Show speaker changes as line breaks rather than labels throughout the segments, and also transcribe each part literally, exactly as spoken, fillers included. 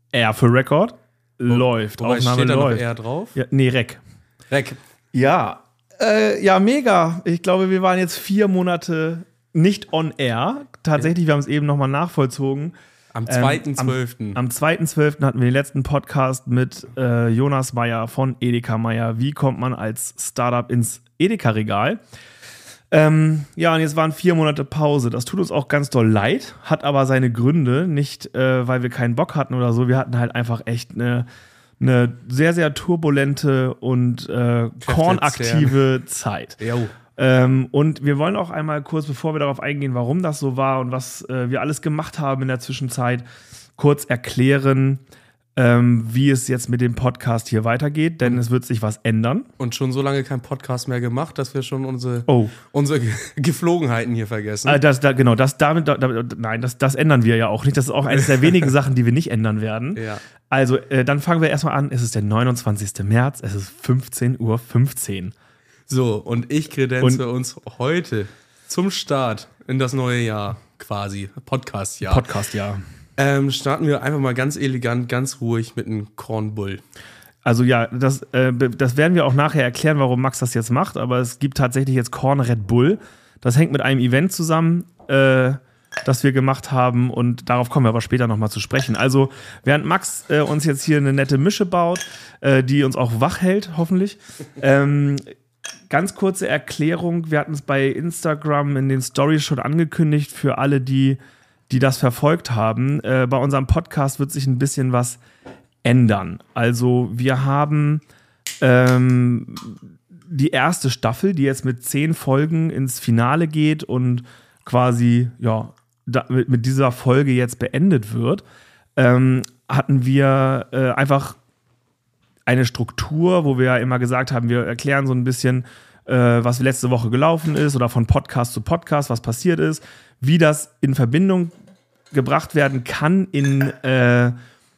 R für Record. Läuft.
Wobei
Aufnahme
steht da
läuft.
noch R drauf?
Ja, nee, Rec.
Rec.
Ja. Äh, ja, mega. Ich glaube, wir waren jetzt vier Monate nicht on air. Tatsächlich, wir haben es eben nochmal nachvollzogen.
Am zweiten zwölften
Ähm, am am zweiten zwölften hatten wir den letzten Podcast mit äh, Jonas Meyer von Edeka Meyer. Wie kommt man als Startup ins Edeka-Regal? Ähm, ja, und jetzt waren vier Monate Pause. Das tut uns auch ganz doll leid, hat aber seine Gründe. Nicht, äh, weil wir keinen Bock hatten oder so. Wir hatten halt einfach echt eine, eine sehr, sehr turbulente und äh, kornaktive Zeit.
Jo.
Ähm, und wir wollen auch einmal kurz, bevor wir darauf eingehen, warum das so war und was äh, wir alles gemacht haben in der Zwischenzeit, kurz erklären, ähm, wie es jetzt mit dem Podcast hier weitergeht, denn es wird sich was ändern.
Und schon so lange kein Podcast mehr gemacht, dass wir schon unsere,
Oh.
unsere Geflogenheiten hier vergessen.
Äh, das, da, genau, das damit, da, nein, das, das ändern wir ja auch nicht. Das ist auch eines der wenigen Sachen, die wir nicht ändern werden.
Ja.
Also, äh, dann fangen wir erstmal an. Es ist der neunundzwanzigsten März, es ist fünfzehn Uhr fünfzehn.
So, und ich kredenze uns heute zum Start in das neue Jahr quasi, Podcast-Jahr.
Podcast, ja.
Ähm, starten wir einfach mal ganz elegant, ganz ruhig mit einem Cornbull.
Also ja, das, äh, das werden wir auch nachher erklären, warum Max das jetzt macht, aber es gibt tatsächlich jetzt Corn Red Bull. Das hängt mit einem Event zusammen, äh, das wir gemacht haben und darauf kommen wir aber später nochmal zu sprechen. Also während Max äh, uns jetzt hier eine nette Mische baut, äh, die uns auch wach hält, hoffentlich, ähm, ganz kurze Erklärung, wir hatten es bei Instagram in den Stories schon angekündigt für alle, die, die das verfolgt haben. Äh, bei unserem Podcast wird sich ein bisschen was ändern. Also wir haben ähm, die erste Staffel, die jetzt mit zehn Folgen ins Finale geht und quasi ja, da, mit, mit dieser Folge jetzt beendet wird, ähm, hatten wir äh, einfach eine Struktur, wo wir ja immer gesagt haben, wir erklären so ein bisschen, äh, was letzte Woche gelaufen ist oder von Podcast zu Podcast, was passiert ist, wie das in Verbindung gebracht werden kann in, äh,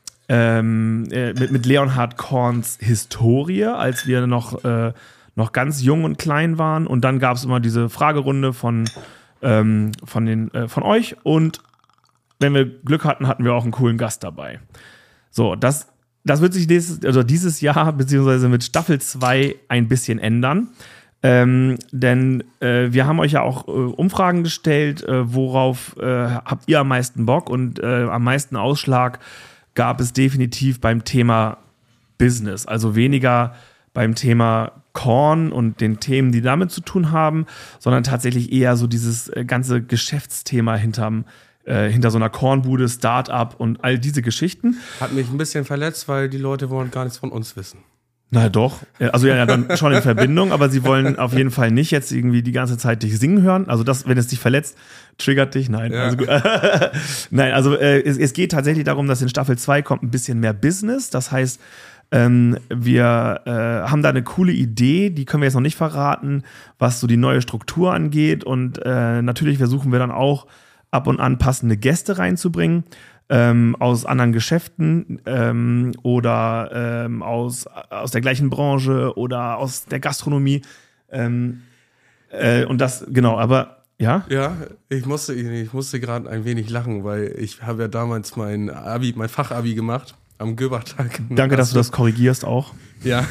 ähm, äh, mit, mit Leonhard Korns Historie, als wir noch, äh, noch ganz jung und klein waren. Und dann gab es immer diese Fragerunde von, ähm, von, den, äh, von euch. Und wenn wir Glück hatten, hatten wir auch einen coolen Gast dabei. So, das Das wird sich dieses, also dieses Jahr, beziehungsweise mit Staffel zwei ein bisschen ändern. Ähm, denn äh, wir haben euch ja auch äh, Umfragen gestellt, äh, worauf äh, habt ihr am meisten Bock und äh, am meisten Ausschlag gab es definitiv beim Thema Business. Also weniger beim Thema Korn und den Themen, die damit zu tun haben, sondern tatsächlich eher so dieses äh, ganze Geschäftsthema hinterm hinter so einer Kornbude, Start-up und all diese Geschichten.
Hat mich ein bisschen verletzt, weil die Leute wollen gar nichts von uns wissen.
Na doch. Also ja, ja, dann schon in Verbindung, aber sie wollen auf jeden Fall nicht jetzt irgendwie die ganze Zeit dich singen hören. Also das, wenn es dich verletzt, triggert dich. Nein,
ja.
also gut. Nein, also äh, es, es geht tatsächlich darum, dass in Staffel zwei kommt ein bisschen mehr Business. Das heißt, ähm, wir äh, haben da eine coole Idee, die können wir jetzt noch nicht verraten, was so die neue Struktur angeht. Und äh, natürlich versuchen wir dann auch, ab und an passende Gäste reinzubringen, ähm, aus anderen Geschäften ähm, oder ähm, aus, aus der gleichen Branche oder aus der Gastronomie. Ähm, äh, und das, genau, aber ja?
Ja, ich musste, ich musste gerade ein wenig lachen, weil ich habe ja damals mein Abi, mein Fachabi gemacht am Göbach-Tag.
Danke, dass du das korrigierst auch.
Ja.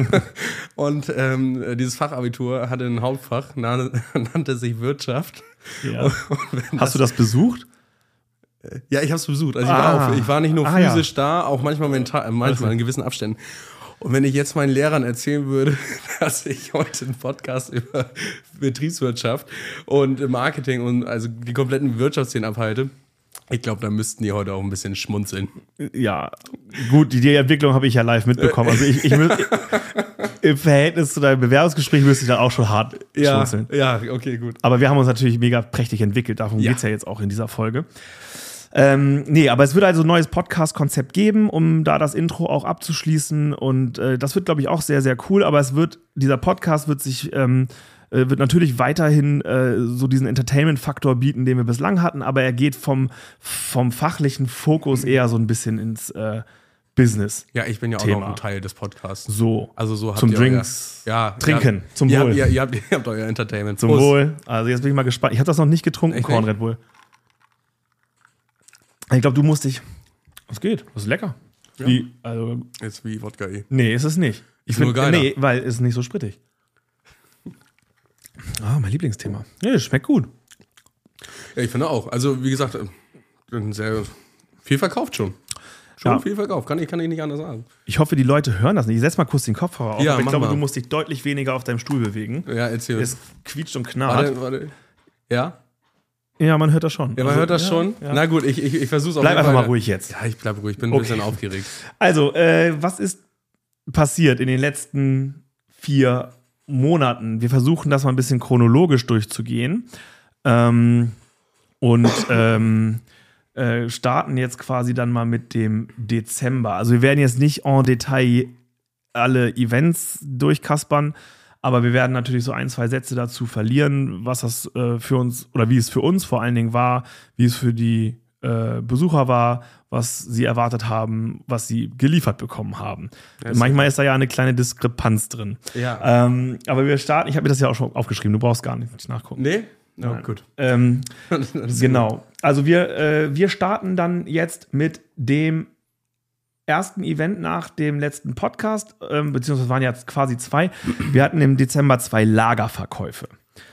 Und ähm, dieses Fachabitur hatte ein Hauptfach, nannte sich Wirtschaft.
Ja. Hast du das besucht?
Ja, ich habe es besucht. Also
ah.
ich, war auch, ich war nicht nur
ah,
physisch
ja.
da, auch manchmal mental, manchmal in gewissen Abständen. Und wenn ich jetzt meinen Lehrern erzählen würde, dass ich heute einen Podcast über Betriebswirtschaft und Marketing und also die kompletten Wirtschaftsszenen abhalte, ich glaube, da müssten die heute auch ein bisschen schmunzeln.
Ja, gut, die Entwicklung habe ich ja live mitbekommen. Also ich, ich müß, im Verhältnis zu deinem Bewerbungsgespräch müsste ich dann auch schon hart
ja,
schmunzeln.
Ja, okay, gut.
Aber wir haben uns natürlich mega prächtig entwickelt. Darum
ja.
geht es ja jetzt auch in dieser Folge. Ähm, nee, aber es wird also ein neues Podcast-Konzept geben, um da das Intro auch abzuschließen. Und äh, das wird, glaube ich, auch sehr, sehr cool. Aber es wird, dieser Podcast wird sich ähm, wird natürlich weiterhin äh, so diesen Entertainment-Faktor bieten, den wir bislang hatten, aber er geht vom, vom fachlichen Fokus eher so ein bisschen ins äh, Business.
Ja, ich bin ja auch
Thema.
noch ein Teil des Podcasts.
So.
Also so habt
zum
ihr
Drinks,
euer, ja,
Trinken,
ja,
zum
ihr
Wohl.
Habt, ihr, ihr, habt, ihr habt euer Entertainment.
Zum
Prost.
Wohl. Also jetzt bin ich mal gespannt. Ich habe das noch nicht getrunken, Korn Red Bull. Ich glaube, du musst dich. Was geht? Das ist lecker.
Ja.
Wie, also,
Ist wie Wodka eh.
nee, ist es nicht. Ich
Ist nur
finde,
geiler.
nee, weil es ist nicht so sprittig. Ah, mein Lieblingsthema. Ja, das schmeckt gut.
Ja, ich finde auch. Also, wie gesagt, äh, sehr viel verkauft schon. Schon
Ja.
viel verkauft. Kann ich, kann ich nicht anders sagen.
Ich hoffe, die Leute hören das nicht. Ich setz mal kurz den Kopfhörer auf,
Ja,
aber ich
mach
glaube,
mal.
du musst dich deutlich weniger auf deinem Stuhl bewegen.
Ja, erzähl.
Es quietscht und knarrt.
Warte, warte. Ja?
Ja, man hört das schon.
Ja, man
Also,
hört das
ja,
schon.
ja.
Na gut, ich, ich, ich versuche es auf
Bleib
jeden
einfach
Fall.
mal ruhig jetzt.
Ja, ich bleib ruhig. Ich bin ein
Okay.
bisschen aufgeregt.
Also, äh, was ist passiert in den letzten vier Monaten? Wir versuchen das mal ein bisschen chronologisch durchzugehen. Ähm, und ähm, äh, starten jetzt quasi dann mal mit dem Dezember. Also wir werden jetzt nicht en Detail alle Events durchkaspern, aber wir werden natürlich so ein, zwei Sätze dazu verlieren, was das äh, für uns oder wie es für uns vor allen Dingen war, wie es für die äh, Besucher war, was sie erwartet haben, was sie geliefert bekommen haben.
Ja,
Manchmal ist da ja eine kleine Diskrepanz drin.
Ja.
Ähm, aber wir starten, ich habe mir das ja auch schon aufgeschrieben, du brauchst gar nicht nachgucken.
Nee? Ja,
Nein.
gut.
Ähm,
Das ist
genau. Also wir, äh, wir starten dann jetzt mit dem ersten Event nach dem letzten Podcast, ähm, beziehungsweise waren ja quasi zwei. Wir hatten im Dezember zwei Lagerverkäufe.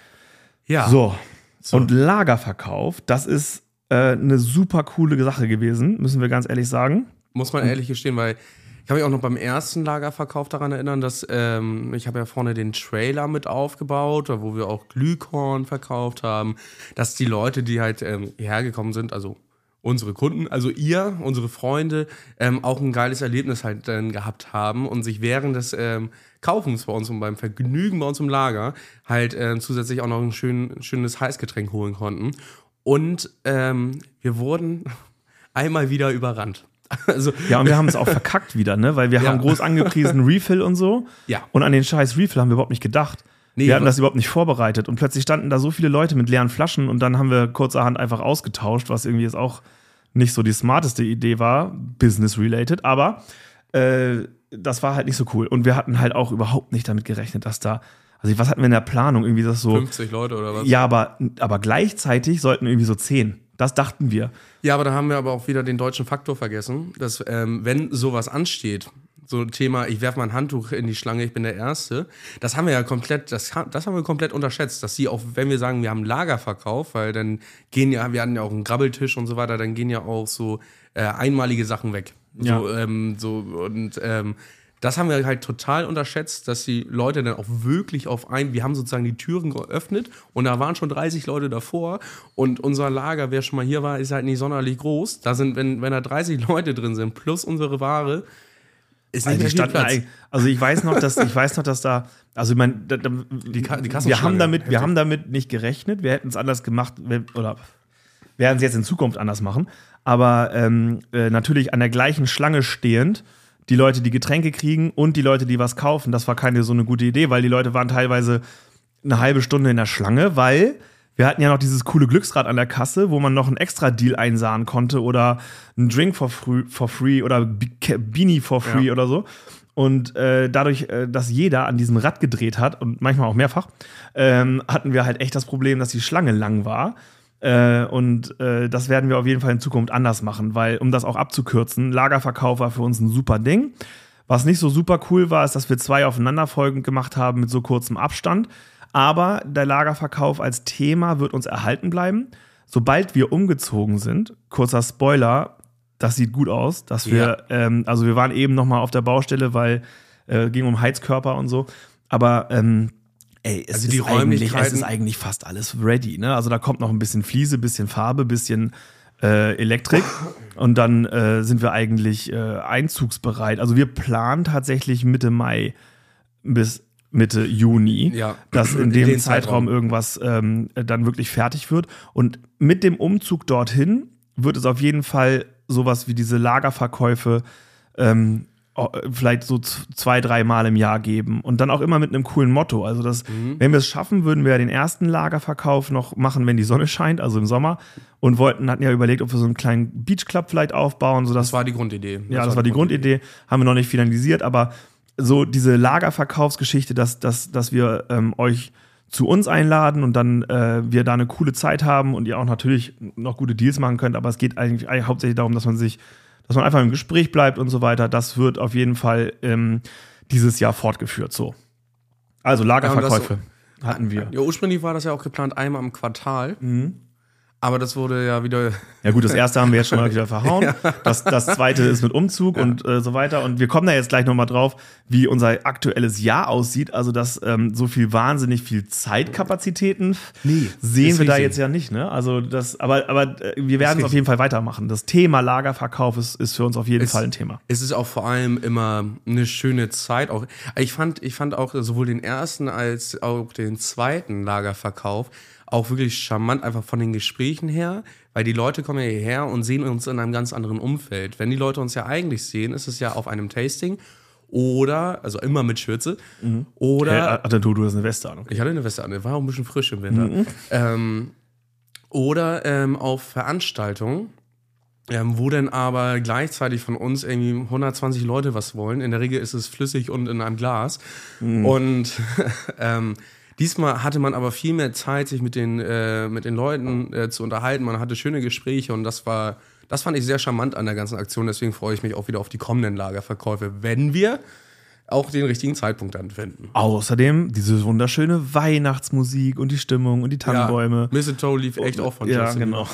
Ja.
So.
So.
Und Lagerverkauf, das ist äh, eine super coole Sache gewesen, müssen wir ganz ehrlich sagen.
Muss man ehrlich gestehen, weil ich kann mich auch noch beim ersten Lagerverkauf daran erinnern, dass ähm, ich habe ja vorne den Trailer mit aufgebaut, wo wir auch Glühkorn verkauft haben, dass die Leute, die halt ähm, hierher gekommen sind, also unsere Kunden, also ihr, unsere Freunde, ähm, auch ein geiles Erlebnis halt dann gehabt haben und sich während des ähm, Kaufens bei uns und beim Vergnügen bei uns im Lager halt ähm, zusätzlich auch noch ein schön, schönes Heißgetränk holen konnten. Und ähm, wir wurden einmal wieder überrannt. Also,
Ja, und wir haben es auch verkackt wieder, ne? Weil wir
Ja.
haben groß angepriesen Refill und so.
Ja.
Und an den scheiß Refill haben wir überhaupt nicht gedacht.
Nee,
wir hatten
aber-
das überhaupt nicht vorbereitet. Und plötzlich standen da so viele Leute mit leeren Flaschen und dann haben wir kurzerhand einfach ausgetauscht, was irgendwie jetzt auch nicht so die smarteste Idee war, business-related. Aber äh, das war halt nicht so cool. Und wir hatten halt auch überhaupt nicht damit gerechnet, dass da, also was hatten wir in der Planung? Irgendwie das so.
fünfzig Leute oder was?
Ja, aber, aber gleichzeitig sollten irgendwie so zehn. Das dachten wir.
Ja, aber da haben wir aber auch wieder den deutschen Faktor vergessen, dass ähm, wenn sowas ansteht, so ein Thema, ich werfe mal ein Handtuch in die Schlange, ich bin der Erste, das haben wir ja komplett, das, das haben wir komplett unterschätzt, dass sie auch, wenn wir sagen, wir haben Lagerverkauf, weil dann gehen ja, wir hatten ja auch einen Grabbeltisch und so weiter, dann gehen ja auch so äh, einmalige Sachen weg.
Ja.
So, ähm, so und ähm, das haben wir halt total unterschätzt, dass die Leute dann auch wirklich auf ein, wir haben sozusagen die Türen geöffnet und da waren schon dreißig Leute davor und unser Lager, wer schon mal hier war, ist halt nicht sonderlich groß. Da sind, wenn, wenn da dreißig Leute drin sind, plus unsere Ware, ist nicht
Also,
mehr
die
viel
standen
Platz.
eigentlich- also ich weiß noch, dass ich weiß noch, dass da, also ich meine, da, da,
Die Ka- die
wir
Kassenschlange,
haben damit, wir
heftig.
haben damit nicht gerechnet. Wir hätten es anders gemacht wir- oder werden es jetzt in Zukunft anders machen. Aber ähm, äh, natürlich an der gleichen Schlange stehend, die Leute, die Getränke kriegen und die Leute, die was kaufen, das war keine so eine gute Idee, weil die Leute waren teilweise eine halbe Stunde in der Schlange, weil wir hatten ja noch dieses coole Glücksrad an der Kasse, wo man noch einen extra Deal einsahen konnte oder einen Drink for free, for free oder Bi- Beanie for free
Ja.
oder so. Und äh, dadurch, äh, dass jeder an diesem Rad gedreht hat und manchmal auch mehrfach, ähm, hatten wir halt echt das Problem, dass die Schlange lang war. Äh, und äh, das werden wir auf jeden Fall in Zukunft anders machen, weil, um das auch abzukürzen, Lagerverkauf war für uns ein super Ding. Was nicht so super cool war, ist, dass wir zwei aufeinanderfolgend gemacht haben mit so kurzem Abstand. Aber der Lagerverkauf als Thema wird uns erhalten bleiben. Sobald wir umgezogen sind, kurzer Spoiler, das sieht gut aus, dass wir, ähm, also wir waren eben noch mal auf der Baustelle, weil äh, ging um Heizkörper und so. Aber ähm, ey, es,
Also die
ist eigentlich,
Räumlichkeiten-
es ist eigentlich fast alles ready. Ne? Also da kommt noch ein bisschen Fliese, bisschen Farbe, bisschen äh, Elektrik und dann äh, sind wir eigentlich äh, einzugsbereit. Also wir planen tatsächlich Mitte Mai bis Mitte Juni,
Ja.
dass in
In
dem
den
Zeitraum,
Zeitraum.
irgendwas ähm, dann wirklich fertig wird. Und mit dem Umzug dorthin wird es auf jeden Fall sowas wie diese Lagerverkäufe ähm, o- vielleicht so z- zwei, drei Mal im Jahr geben. Und dann auch immer mit einem coolen Motto. Also, das, wenn wir es schaffen, würden wir ja den ersten Lagerverkauf noch machen, wenn die Sonne scheint, also im Sommer. Und wollten, hatten ja überlegt, ob wir so einen kleinen Beachclub vielleicht aufbauen, sodass
Das war die Grundidee.
ja, das war die Grundidee, haben wir noch nicht finalisiert, aber so diese Lagerverkaufsgeschichte, dass, dass, dass wir ähm, euch zu uns einladen und dann äh, wir da eine coole Zeit haben und ihr auch natürlich noch gute Deals machen könnt, aber es geht eigentlich, eigentlich hauptsächlich darum, dass man sich, dass man einfach im Gespräch bleibt und so weiter. Das wird auf jeden Fall ähm, dieses Jahr fortgeführt. So. Also Lagerverkäufe
ja,
hatten wir.
Ja, ursprünglich war das ja auch geplant einmal im Quartal.
Mhm.
Aber das wurde ja wieder.
Ja gut, das erste haben wir jetzt schon mal wieder verhauen. Ja. Das, das zweite ist mit Umzug ja. und äh, so weiter. Und wir kommen da jetzt gleich nochmal drauf, wie unser aktuelles Jahr aussieht. Also dass ähm, so viel wahnsinnig viel Zeitkapazitäten nee, sehen wir da jetzt ja nicht. Ne? Also das, aber, aber äh, wir werden es auf jeden Fall weitermachen. Das Thema Lagerverkauf ist, ist für uns auf jeden es, Fall ein Thema.
Es ist auch vor allem immer eine schöne Zeit. Auch ich fand, ich fand auch sowohl den ersten als auch den zweiten Lagerverkauf auch wirklich charmant, einfach von den Gesprächen her, weil die Leute kommen ja hierher und sehen uns in einem ganz anderen Umfeld. Wenn die Leute uns ja eigentlich sehen, ist es ja auf einem Tasting oder, also immer mit Schürze, mhm. oder...
Hey, du, du hast eine Weste an. Okay.
Ich hatte eine Weste an, war auch ein bisschen frisch im Winter. Mhm. Ähm, oder ähm, auf Veranstaltungen, ähm, wo dann aber gleichzeitig von uns irgendwie hundertzwanzig Leute was wollen. In der Regel ist es flüssig und in einem Glas. Mhm. Und... ähm, Diesmal hatte man aber viel mehr Zeit, sich mit den, äh, mit den Leuten äh, zu unterhalten. Man hatte schöne Gespräche und das war, das fand ich sehr charmant an der ganzen Aktion. Deswegen freue ich mich auch wieder auf die kommenden Lagerverkäufe, wenn wir auch den richtigen Zeitpunkt dann finden.
Außerdem diese wunderschöne Weihnachtsmusik und die Stimmung und die Tannenbäume.
Ja, Mistletoe lief echt auch von
Ja,
Justin.
genau.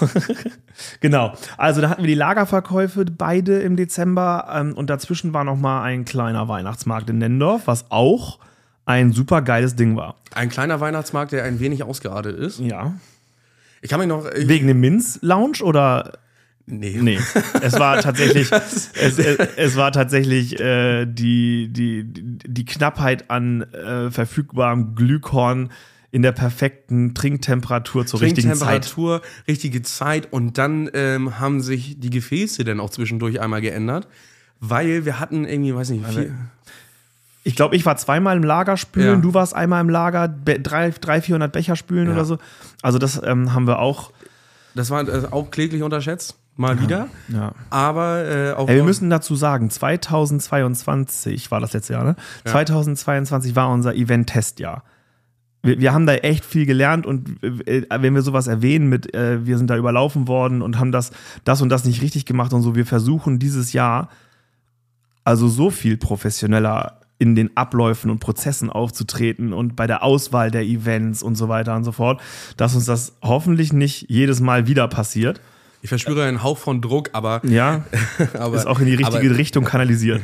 Genau. Also da hatten wir die Lagerverkäufe beide im Dezember ähm, und dazwischen war noch mal ein kleiner Weihnachtsmarkt in Nendorf, was auch ein super geiles Ding war.
Ein kleiner Weihnachtsmarkt, der ein wenig ausgeartet ist.
Ja.
Ich kann mich noch... Ich
Wegen dem Minz-Lounge oder...
Nee.
Nee. Es war tatsächlich, es, es, es war tatsächlich äh, die, die, die Knappheit an äh, verfügbarem Glühkorn in der perfekten Trinktemperatur zur richtigen Zeit.
Trinktemperatur, richtige Zeit und dann ähm, haben sich die Gefäße dann auch zwischendurch einmal geändert, weil wir hatten irgendwie, weiß nicht, vier...
Ich glaube, ich war zweimal im Lager spülen, ja. Du warst einmal im Lager, dreihundert, vierhundert Becher spülen ja. oder so. Also das ähm, haben wir auch.
Das war äh, auch kläglich unterschätzt, mal ja. wieder.
Ja.
Aber äh, auch
Ey, wir müssen dazu sagen, zweitausendzweiundzwanzig war das letzte Jahr, ne? Ja. zweitausendzweiundzwanzig war unser Event-Testjahr. Wir, wir haben da echt viel gelernt und äh, wenn wir sowas erwähnen mit, äh, wir sind da überlaufen worden und haben das, das und das nicht richtig gemacht und so, wir versuchen dieses Jahr also so viel professioneller in den Abläufen und Prozessen aufzutreten und bei der Auswahl der Events und so weiter und so fort, dass uns das hoffentlich nicht jedes Mal wieder passiert.
Ich verspüre einen Hauch von Druck, aber...
Ja, aber, ist auch in die richtige aber, Richtung kanalisiert.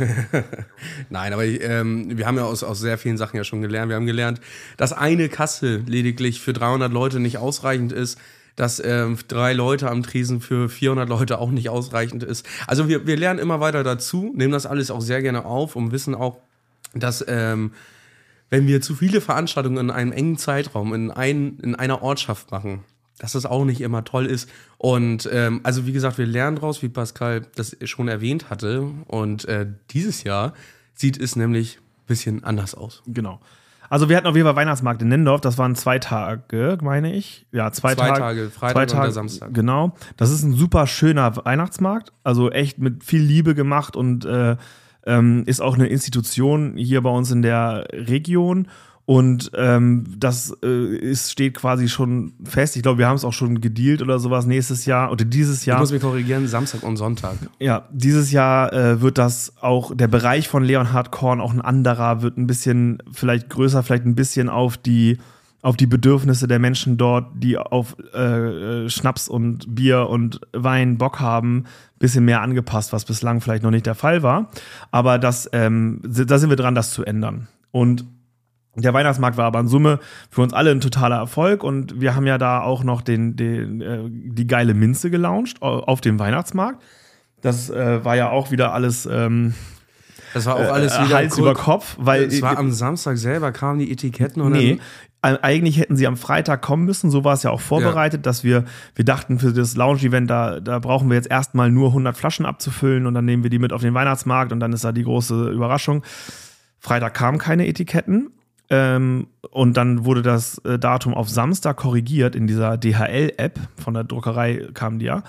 Nein, aber ähm, wir haben ja aus, aus sehr vielen Sachen ja schon gelernt. Wir haben gelernt, dass eine Kasse lediglich für dreihundert Leute nicht ausreichend ist, dass ähm, drei Leute am Tresen für vierhundert Leute auch nicht ausreichend ist. Also wir, wir lernen immer weiter dazu, nehmen das alles auch sehr gerne auf und wissen auch, dass ähm, wenn wir zu viele Veranstaltungen in einem engen Zeitraum in, ein, in einer Ortschaft machen, dass das auch nicht immer toll ist. Und ähm, also wie gesagt, wir lernen draus, wie Pascal das schon erwähnt hatte. Und äh, dieses Jahr sieht es nämlich ein bisschen anders aus.
Genau. Also wir hatten auf jeden Fall Weihnachtsmarkt in Nendorf, das waren zwei Tage, meine ich. Ja, zwei,
zwei
Tage.
Tage, Freitag
zwei Tage,
und der Samstag.
Genau. Das ist ein super schöner Weihnachtsmarkt, also echt mit viel Liebe gemacht und äh, ähm, ist auch eine Institution hier bei uns in der Region. Und ähm, das äh, ist, steht quasi schon fest. Ich glaube, wir haben es auch schon gedealt oder sowas nächstes Jahr oder dieses Jahr.
Ich muss mich korrigieren, Samstag und Sonntag.
Ja, dieses Jahr äh, wird das auch, der Bereich von Leonhard Korn auch ein anderer, wird ein bisschen vielleicht größer, vielleicht ein bisschen auf die, auf die Bedürfnisse der Menschen dort, die auf äh, Schnaps und Bier und Wein Bock haben, ein bisschen mehr angepasst, was bislang vielleicht noch nicht der Fall war. Aber das, ähm, da sind wir dran, das zu ändern. Und der Weihnachtsmarkt war aber in Summe für uns alle ein totaler Erfolg und wir haben ja da auch noch den, den, äh, die geile Minze gelauncht auf dem Weihnachtsmarkt. Das äh, war ja auch wieder alles ähm,
das war auch alles
äh,
wieder
Hals
cool.
über Kopf. Weil
es war am Samstag selber, kamen die Etiketten und
nee, eigentlich hätten sie am Freitag kommen müssen, so war es ja auch vorbereitet, ja. dass wir, wir dachten für das Lounge-Event, da, da brauchen wir jetzt erstmal nur hundert Flaschen abzufüllen und dann nehmen wir die mit auf den Weihnachtsmarkt und dann ist da die große Überraschung. Freitag kamen keine Etiketten. Ähm, und dann wurde das äh, Datum auf Samstag korrigiert in dieser D H L-App, von der Druckerei kamen die ja.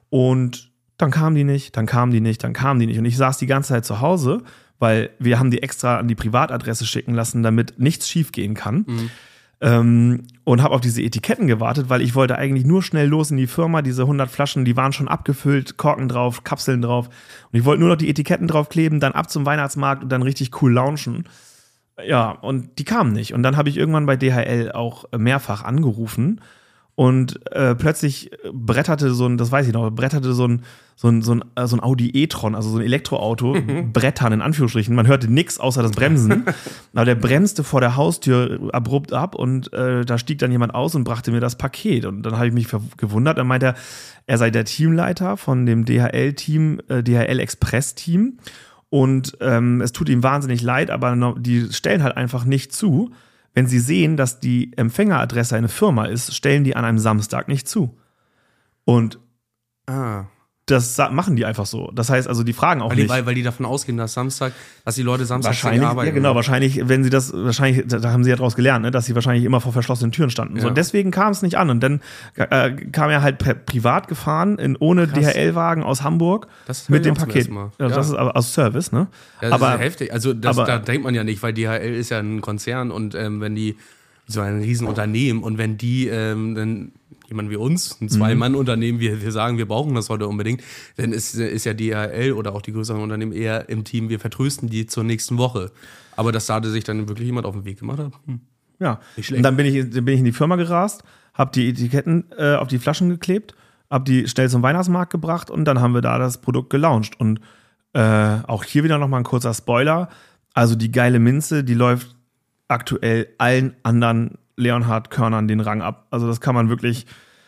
Und dann kamen die nicht, dann kamen die nicht, dann kamen die nicht. Und ich saß die ganze Zeit zu Hause, weil wir haben die extra an die Privatadresse schicken lassen, damit nichts schief gehen kann. Mhm. Ähm, und habe auf diese Etiketten gewartet, weil ich wollte eigentlich nur schnell los in die Firma. Diese hundert Flaschen, die waren schon abgefüllt, Korken drauf, Kapseln drauf. Und ich wollte nur noch die Etiketten draufkleben, dann ab zum Weihnachtsmarkt und dann richtig cool launchen. Ja, und die kamen nicht. Und dann habe ich irgendwann bei D H L auch mehrfach angerufen. Und äh, plötzlich bretterte so ein, das weiß ich noch, bretterte so ein, so ein, so ein, so ein Audi e-tron, also so ein Elektroauto, mhm. brettern in Anführungsstrichen. Man hörte nichts außer das Bremsen. Aber der bremste vor der Haustür abrupt ab und äh, da stieg dann jemand aus und brachte mir das Paket. Und dann habe ich mich gewundert. Dann meinte er, er sei der Teamleiter von dem D H L-Team, äh, D H L-Express-Team. Und ähm, es tut ihm wahnsinnig leid, aber die stellen halt einfach nicht zu. Wenn sie sehen, dass die Empfängeradresse eine Firma ist, stellen die an einem Samstag nicht zu. Und
ah.
das machen die einfach so. Das heißt also, die fragen auch
weil die,
nicht.
Weil, weil die davon ausgehen, dass Samstag, dass die Leute Samstag
wahrscheinlich
arbeiten.
Ja, genau. Wahrscheinlich, wenn sie das, wahrscheinlich, da haben sie ja draus gelernt, ne, dass sie wahrscheinlich immer vor verschlossenen Türen standen. Ja. So, deswegen kam es nicht an. Und dann äh, kam er halt per, privat gefahren, in, ohne Krass. D H L-Wagen aus Hamburg
das
mit dem Paket.
Ja,
ja. Das ist aber aus Service, ne?
Ja, das
aber,
ist ja heftig. Also, das,
aber,
da denkt man ja nicht, weil D H L ist ja ein Konzern und ähm, wenn die so ein Riesenunternehmen und wenn die ähm, dann jemand wie uns, ein Zwei-Mann-Unternehmen, wir, wir sagen, wir brauchen das heute unbedingt, dann ist, ist ja D H L oder auch die größeren Unternehmen eher im Team, wir vertrösten die zur nächsten Woche. Aber dass da sich dann wirklich jemand auf den Weg gemacht hat, hm.
Ja, und dann bin ich, dann bin ich in die Firma gerast, hab die Etiketten äh, auf die Flaschen geklebt, hab die schnell zum Weihnachtsmarkt gebracht und dann haben wir da das Produkt gelauncht. Und äh, auch hier wieder nochmal ein kurzer Spoiler. Also die geile Minze, die läuft aktuell allen anderen Leonhard-Körnern den Rang ab. Also das kann man wirklich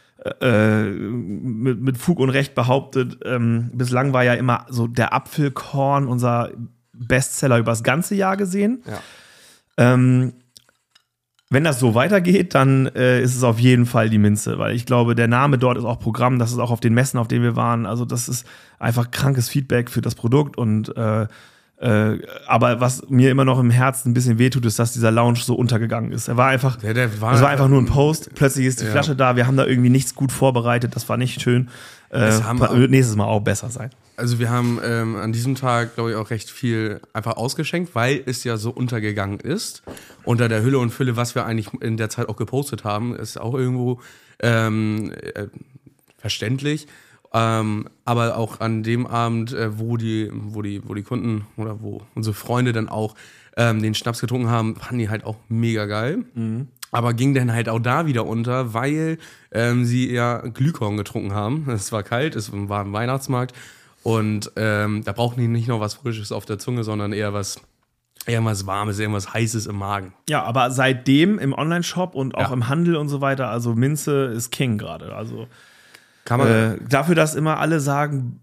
äh, mit, mit Fug und Recht behauptet. Ähm, bislang war ja immer so der Apfelkorn unser Bestseller übers ganze Jahr gesehen.
Ja.
Ähm, wenn das so weitergeht, dann äh, ist es auf jeden Fall die Minze, weil ich glaube, der Name dort ist auch Programm, das ist auch auf den Messen, auf denen wir waren. Also das ist einfach krankes Feedback für das Produkt und äh, Äh, aber was mir immer noch im Herzen ein bisschen wehtut, ist, dass dieser Lounge so untergegangen ist. Er war einfach, ja, der war, es war einfach nur ein Post. Plötzlich ist die ja. Flasche da. Wir haben da irgendwie nichts gut vorbereitet. Das war nicht schön. Äh, auch, nächstes Mal auch besser sein.
Also wir haben ähm, an diesem Tag, glaube ich, auch recht viel einfach ausgeschenkt, weil es ja so untergegangen ist. Unter der Hülle und Fülle, was wir eigentlich in der Zeit auch gepostet haben, ist auch irgendwo ähm, äh, verständlich. Ähm, aber auch an dem Abend, äh, wo die, wo die, wo die Kunden oder wo unsere Freunde dann auch ähm, den Schnaps getrunken haben, fanden die halt auch mega geil. Mhm. Aber ging dann halt auch da wieder unter, weil ähm, sie ja Glühkorn getrunken haben. Es war kalt, es war ein Weihnachtsmarkt und ähm, da brauchten die nicht noch was Frisches auf der Zunge, sondern eher was Irgendwas Warmes, irgendwas Heißes im Magen.
Ja, aber seitdem im Onlineshop und auch
ja.
im Handel und so weiter, also Minze ist King gerade. Also
Kann man
äh, dafür, dass immer alle sagen,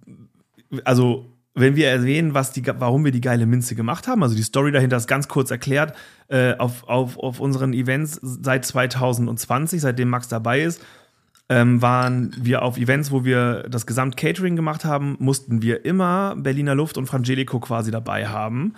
also wenn wir erwähnen, was die, warum wir die geile Minze gemacht haben, also die Story dahinter ist ganz kurz erklärt, äh, auf, auf, auf unseren Events seit zwanzig zwanzig, seitdem Max dabei ist, ähm, waren wir auf Events, wo wir das Gesamt-Catering gemacht haben, mussten wir immer Berliner Luft und Frangelico quasi dabei haben.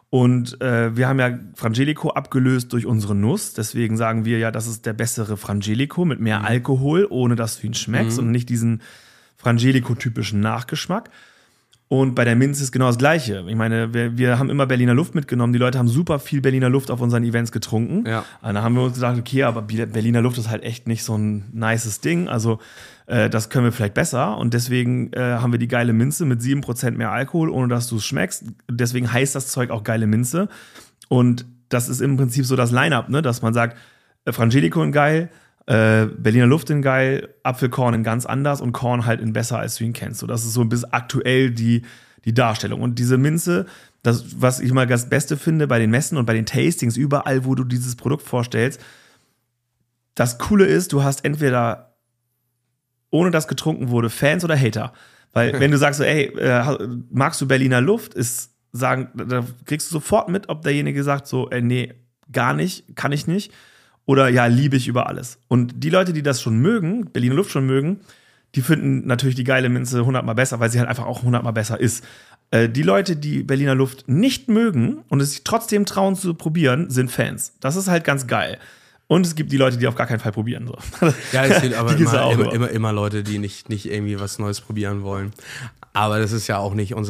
Und äh, wir haben ja Frangelico abgelöst durch unsere Nuss. Deswegen sagen wir ja, das ist der bessere Frangelico mit mehr Alkohol, ohne dass du ihn schmeckst mhm. und nicht diesen Frangelico-typischen Nachgeschmack. Und bei der Minze ist genau das Gleiche. Ich meine, wir, wir haben immer Berliner Luft mitgenommen. Die Leute haben super viel Berliner Luft auf unseren Events getrunken.
Ja.
Und dann haben wir uns gedacht, okay, aber Berliner Luft ist halt echt nicht so ein nices Ding. Also äh, das können wir vielleicht besser. Und deswegen äh, haben wir die geile Minze mit sieben Prozent mehr Alkohol, ohne dass du es schmeckst. Deswegen heißt das Zeug auch geile Minze. Und das ist im Prinzip so das Line-Up, ne? Dass man sagt, äh, Frangelico in geil, Äh, Berliner Luft in geil, Apfelkorn in ganz anders und Korn halt in besser, als du ihn kennst. So, das ist so bis aktuell die, die Darstellung. Und diese Minze, das, was ich mal das Beste finde bei den Messen und bei den Tastings, überall, wo du dieses Produkt vorstellst, das Coole ist, du hast entweder, ohne dass getrunken wurde, Fans oder Hater. Weil wenn du sagst so, ey, äh, magst du Berliner Luft, ist sagen, da kriegst du sofort mit, ob derjenige sagt so, ey, nee, gar nicht, kann ich nicht. Oder ja, liebe ich über alles. Und die Leute, die das schon mögen, Berliner Luft schon mögen, die finden natürlich die geile Minze hundertmal besser, weil sie halt einfach auch hundertmal besser ist. Äh, die Leute, die Berliner Luft nicht mögen und es sich trotzdem trauen zu probieren, sind Fans. Das ist halt ganz geil. Und es gibt die Leute, die auf gar keinen Fall probieren. So.
Ja, es gibt aber immer, immer, immer, immer Leute, die nicht, nicht irgendwie was Neues probieren wollen. Aber das ist ja auch nicht unser...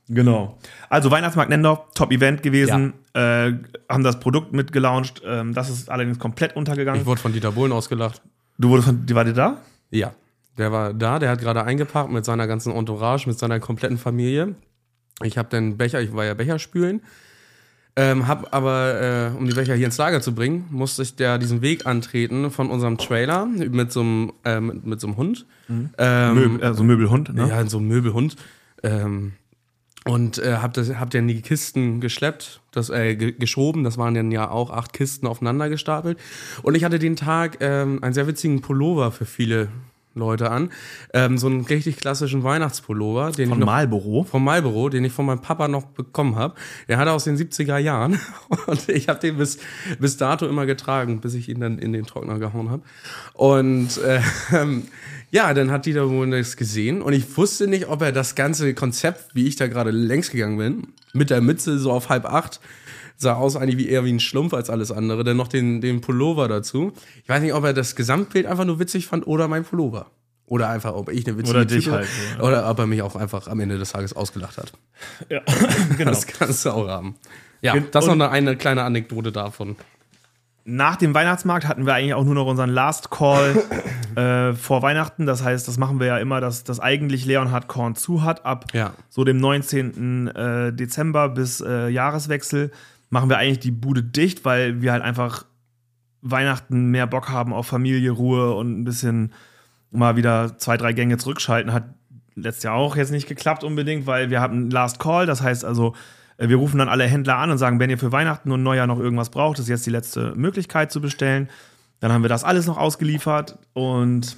Genau. Also Weihnachtsmarkt Nendorf, Top-Event gewesen, ja. äh, haben das Produkt mitgelauncht. Ähm, das ist allerdings komplett untergegangen.
Ich wurde von Dieter Bohlen ausgelacht.
Du wurdest von, war der da?
Ja, der war da, der hat gerade eingeparkt mit seiner ganzen Entourage, mit seiner kompletten Familie. Ich habe den Becher, ich war ja Becher spülen, ähm, hab aber, äh, um die Becher hier ins Lager zu bringen, musste ich der diesen Weg antreten von unserem Trailer mit so einem, äh, mit, mit so einem Hund.
Mhm. Ähm, Möbel, also Möbelhund, ne?
Ja, so ein Möbelhund. Ähm, Und äh, hab, das, hab dann die Kisten geschleppt, das, äh, ge- geschoben. Das waren dann ja auch acht Kisten aufeinander gestapelt. Und ich hatte den Tag ähm, einen sehr witzigen Pullover für viele Leute an. Ähm, so einen richtig klassischen Weihnachtspullover. Den
von
ich noch,
Marlboro?
Von Marlboro, den ich von meinem Papa noch bekommen habe. Der hatte aus den siebziger Jahren. Und ich habe den bis, bis dato immer getragen, bis ich ihn dann in den Trockner gehauen habe. Und äh, ähm, ja, dann hat Dieter Bohlen das gesehen und ich wusste nicht, ob er das ganze Konzept, wie ich da gerade längs gegangen bin, mit der Mütze so auf halb acht, sah aus eigentlich wie eher wie ein Schlumpf als alles andere, dann noch den, den Pullover dazu. Ich weiß nicht, ob er das Gesamtbild einfach nur witzig fand oder mein Pullover. Oder einfach, ob ich eine witzige
Oder dich
Type,
halt. Ja.
Oder ob er mich auch einfach am Ende des Tages ausgelacht hat.
Ja, genau.
Das kannst du auch haben. Ja, das ist noch eine, eine kleine Anekdote davon.
Nach dem Weihnachtsmarkt hatten wir eigentlich auch nur noch unseren Last Call äh, vor Weihnachten. Das heißt, das machen wir ja immer, dass, dass eigentlich Leonhard Korn zu hat. Ab
ja.
so dem neunzehnten Äh, Dezember bis äh, Jahreswechsel machen wir eigentlich die Bude dicht, weil wir halt einfach Weihnachten mehr Bock haben auf Familie, Ruhe und ein bisschen mal wieder zwei, drei Gänge zurückschalten. Hat letztes Jahr auch jetzt nicht geklappt unbedingt, weil wir hatten Last Call. Das heißt also, wir rufen dann alle Händler an und sagen, wenn ihr für Weihnachten und Neujahr noch irgendwas braucht, ist jetzt die letzte Möglichkeit zu bestellen. Dann haben wir das alles noch ausgeliefert und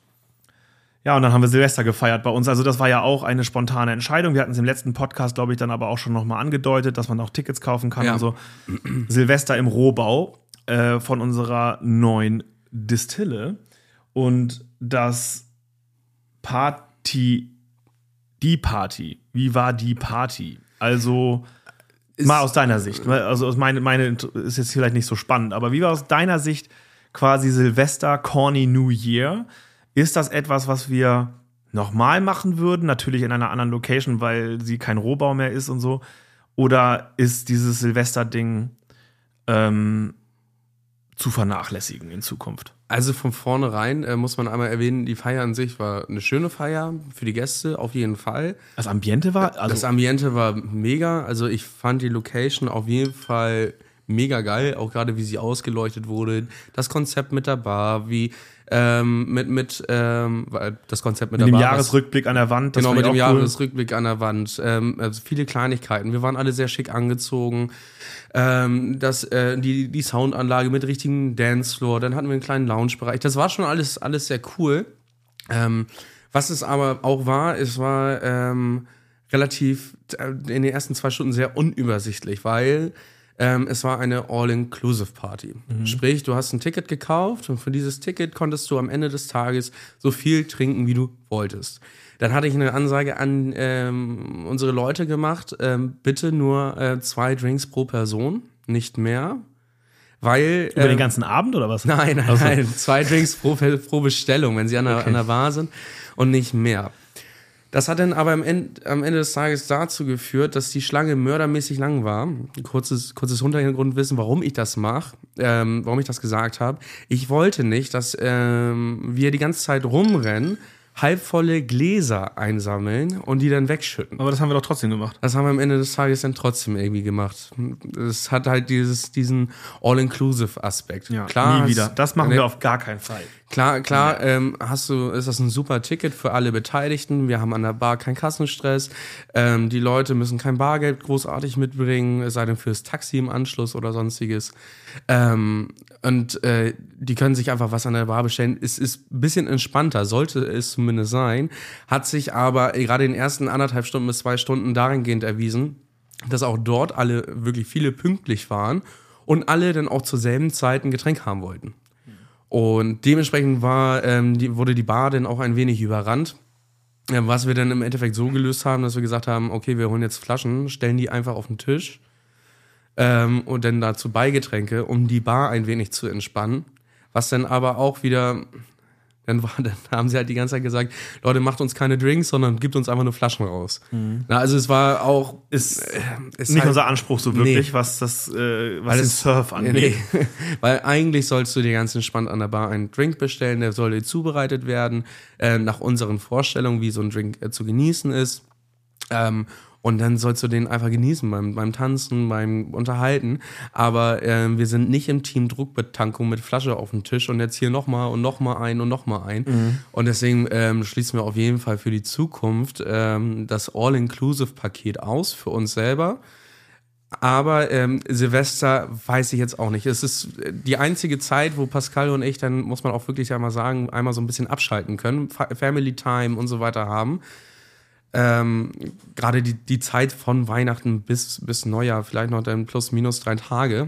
ja, und dann haben wir Silvester gefeiert bei uns. Also das war ja auch eine spontane Entscheidung. Wir hatten es im letzten Podcast, glaube ich, dann aber auch schon nochmal angedeutet, dass man auch Tickets kaufen kann.
Ja.
Also Silvester im Rohbau äh, von unserer neuen Distille. Und das Party, die Party, wie war die Party? Also ist, mal aus deiner Sicht, also aus meine, meine ist jetzt vielleicht nicht so spannend, aber wie war aus deiner Sicht quasi Silvester, Corny New Year? Ist das etwas, was wir nochmal machen würden? Natürlich in einer anderen Location, weil sie kein Rohbau mehr ist und so. Oder ist dieses Silvester-Ding ähm, zu vernachlässigen in Zukunft?
Also von vornherein äh, muss man einmal erwähnen, die Feier an sich war eine schöne Feier für die Gäste, auf jeden Fall.
Das Ambiente war? Also
das Ambiente war mega, also ich fand die Location auf jeden Fall mega geil, auch gerade wie sie ausgeleuchtet wurde, das Konzept mit der Bar, wie ähm, mit, mit ähm, das Konzept mit,
mit
der
dem
Bar.
Jahresrückblick an der Wand.
Das genau, mit dem
cool.
Jahresrückblick an der Wand. Ähm, also viele Kleinigkeiten. Wir waren alle sehr schick angezogen. Ähm, das, äh, die, die Soundanlage mit richtigen Dancefloor. Dann hatten wir einen kleinen Loungebereich. Das war schon alles, alles sehr cool. Ähm, was es aber auch war, es war ähm, relativ in den ersten zwei Stunden sehr unübersichtlich, weil Ähm, es war eine All-Inclusive-Party. Mhm. Sprich, du hast ein Ticket gekauft und für dieses Ticket konntest du am Ende des Tages so viel trinken, wie du wolltest. Dann hatte ich eine Ansage an ähm, unsere Leute gemacht, ähm, bitte nur äh, zwei Drinks pro Person, nicht mehr. Weil,
Über
ähm,
den ganzen Abend oder was?
Nein, nein,
also.
nein. Zwei Drinks pro, pro Bestellung, wenn sie an der,
okay.
an der Bar sind und nicht mehr. Das hat dann aber am Ende, am Ende des Tages dazu geführt, dass die Schlange mördermäßig lang war. Kurzes, kurzes Hintergrundwissen, warum ich das mache, ähm, warum ich das gesagt habe. Ich wollte nicht, dass ähm, wir die ganze Zeit rumrennen, halbvolle Gläser einsammeln und die dann wegschütten.
Aber das haben wir doch trotzdem gemacht.
Das haben wir am Ende des Tages dann trotzdem irgendwie gemacht. Es hat halt dieses, diesen All-Inclusive-Aspekt.
Ja,
klar,
nie wieder. Das machen
ne,
wir auf gar keinen Fall.
Klar, klar, ähm, hast du, ist das ein super Ticket für alle Beteiligten. Wir haben an der Bar keinen Kassenstress. Ähm, die Leute müssen kein Bargeld großartig mitbringen, es sei denn fürs Taxi im Anschluss oder sonstiges. Ähm, und äh, die können sich einfach was an der Bar bestellen. Es ist ein bisschen entspannter, sollte es zumindest sein. Hat sich aber gerade in den ersten anderthalb Stunden bis zwei Stunden dahingehend erwiesen, dass auch dort alle, wirklich viele pünktlich waren und alle dann auch zur selben Zeit ein Getränk haben wollten. Und dementsprechend war, ähm, die, wurde die Bar dann auch ein wenig überrannt. Ja, was wir dann im Endeffekt so gelöst haben, dass wir gesagt haben, okay, wir holen jetzt Flaschen, stellen die einfach auf den Tisch ähm, und dann dazu Beigetränke, um die Bar ein wenig zu entspannen. Was dann aber auch wieder Dann, war, dann haben sie halt die ganze Zeit gesagt, Leute, macht uns keine Drinks, sondern gibt uns einfach nur Flaschen raus. Mhm. Na, also es war auch...
Ist, äh, ist nicht halt, unser Anspruch so wirklich, nee. was das äh, was den Surf angeht.
Nee. Weil eigentlich sollst du dir ganz entspannt an der Bar einen Drink bestellen, der soll dir zubereitet werden, äh, nach unseren Vorstellungen, wie so ein Drink äh, zu genießen ist. Ähm, Und dann sollst du den einfach genießen beim, beim Tanzen, beim Unterhalten. Aber äh, wir sind nicht im Team Druckbetankung mit Flasche auf dem Tisch und jetzt hier nochmal und nochmal ein und nochmal ein. Mhm. Und deswegen ähm, schließen wir auf jeden Fall für die Zukunft ähm, das All-Inclusive-Paket aus für uns selber. Aber ähm, Silvester weiß ich jetzt auch nicht. Es ist die einzige Zeit, wo Pascal und ich, dann muss man auch wirklich einmal sagen, einmal so ein bisschen abschalten können, Family Time und so weiter haben. Ähm, gerade die, die Zeit von Weihnachten bis, bis Neujahr, vielleicht noch dann plus minus drei Tage.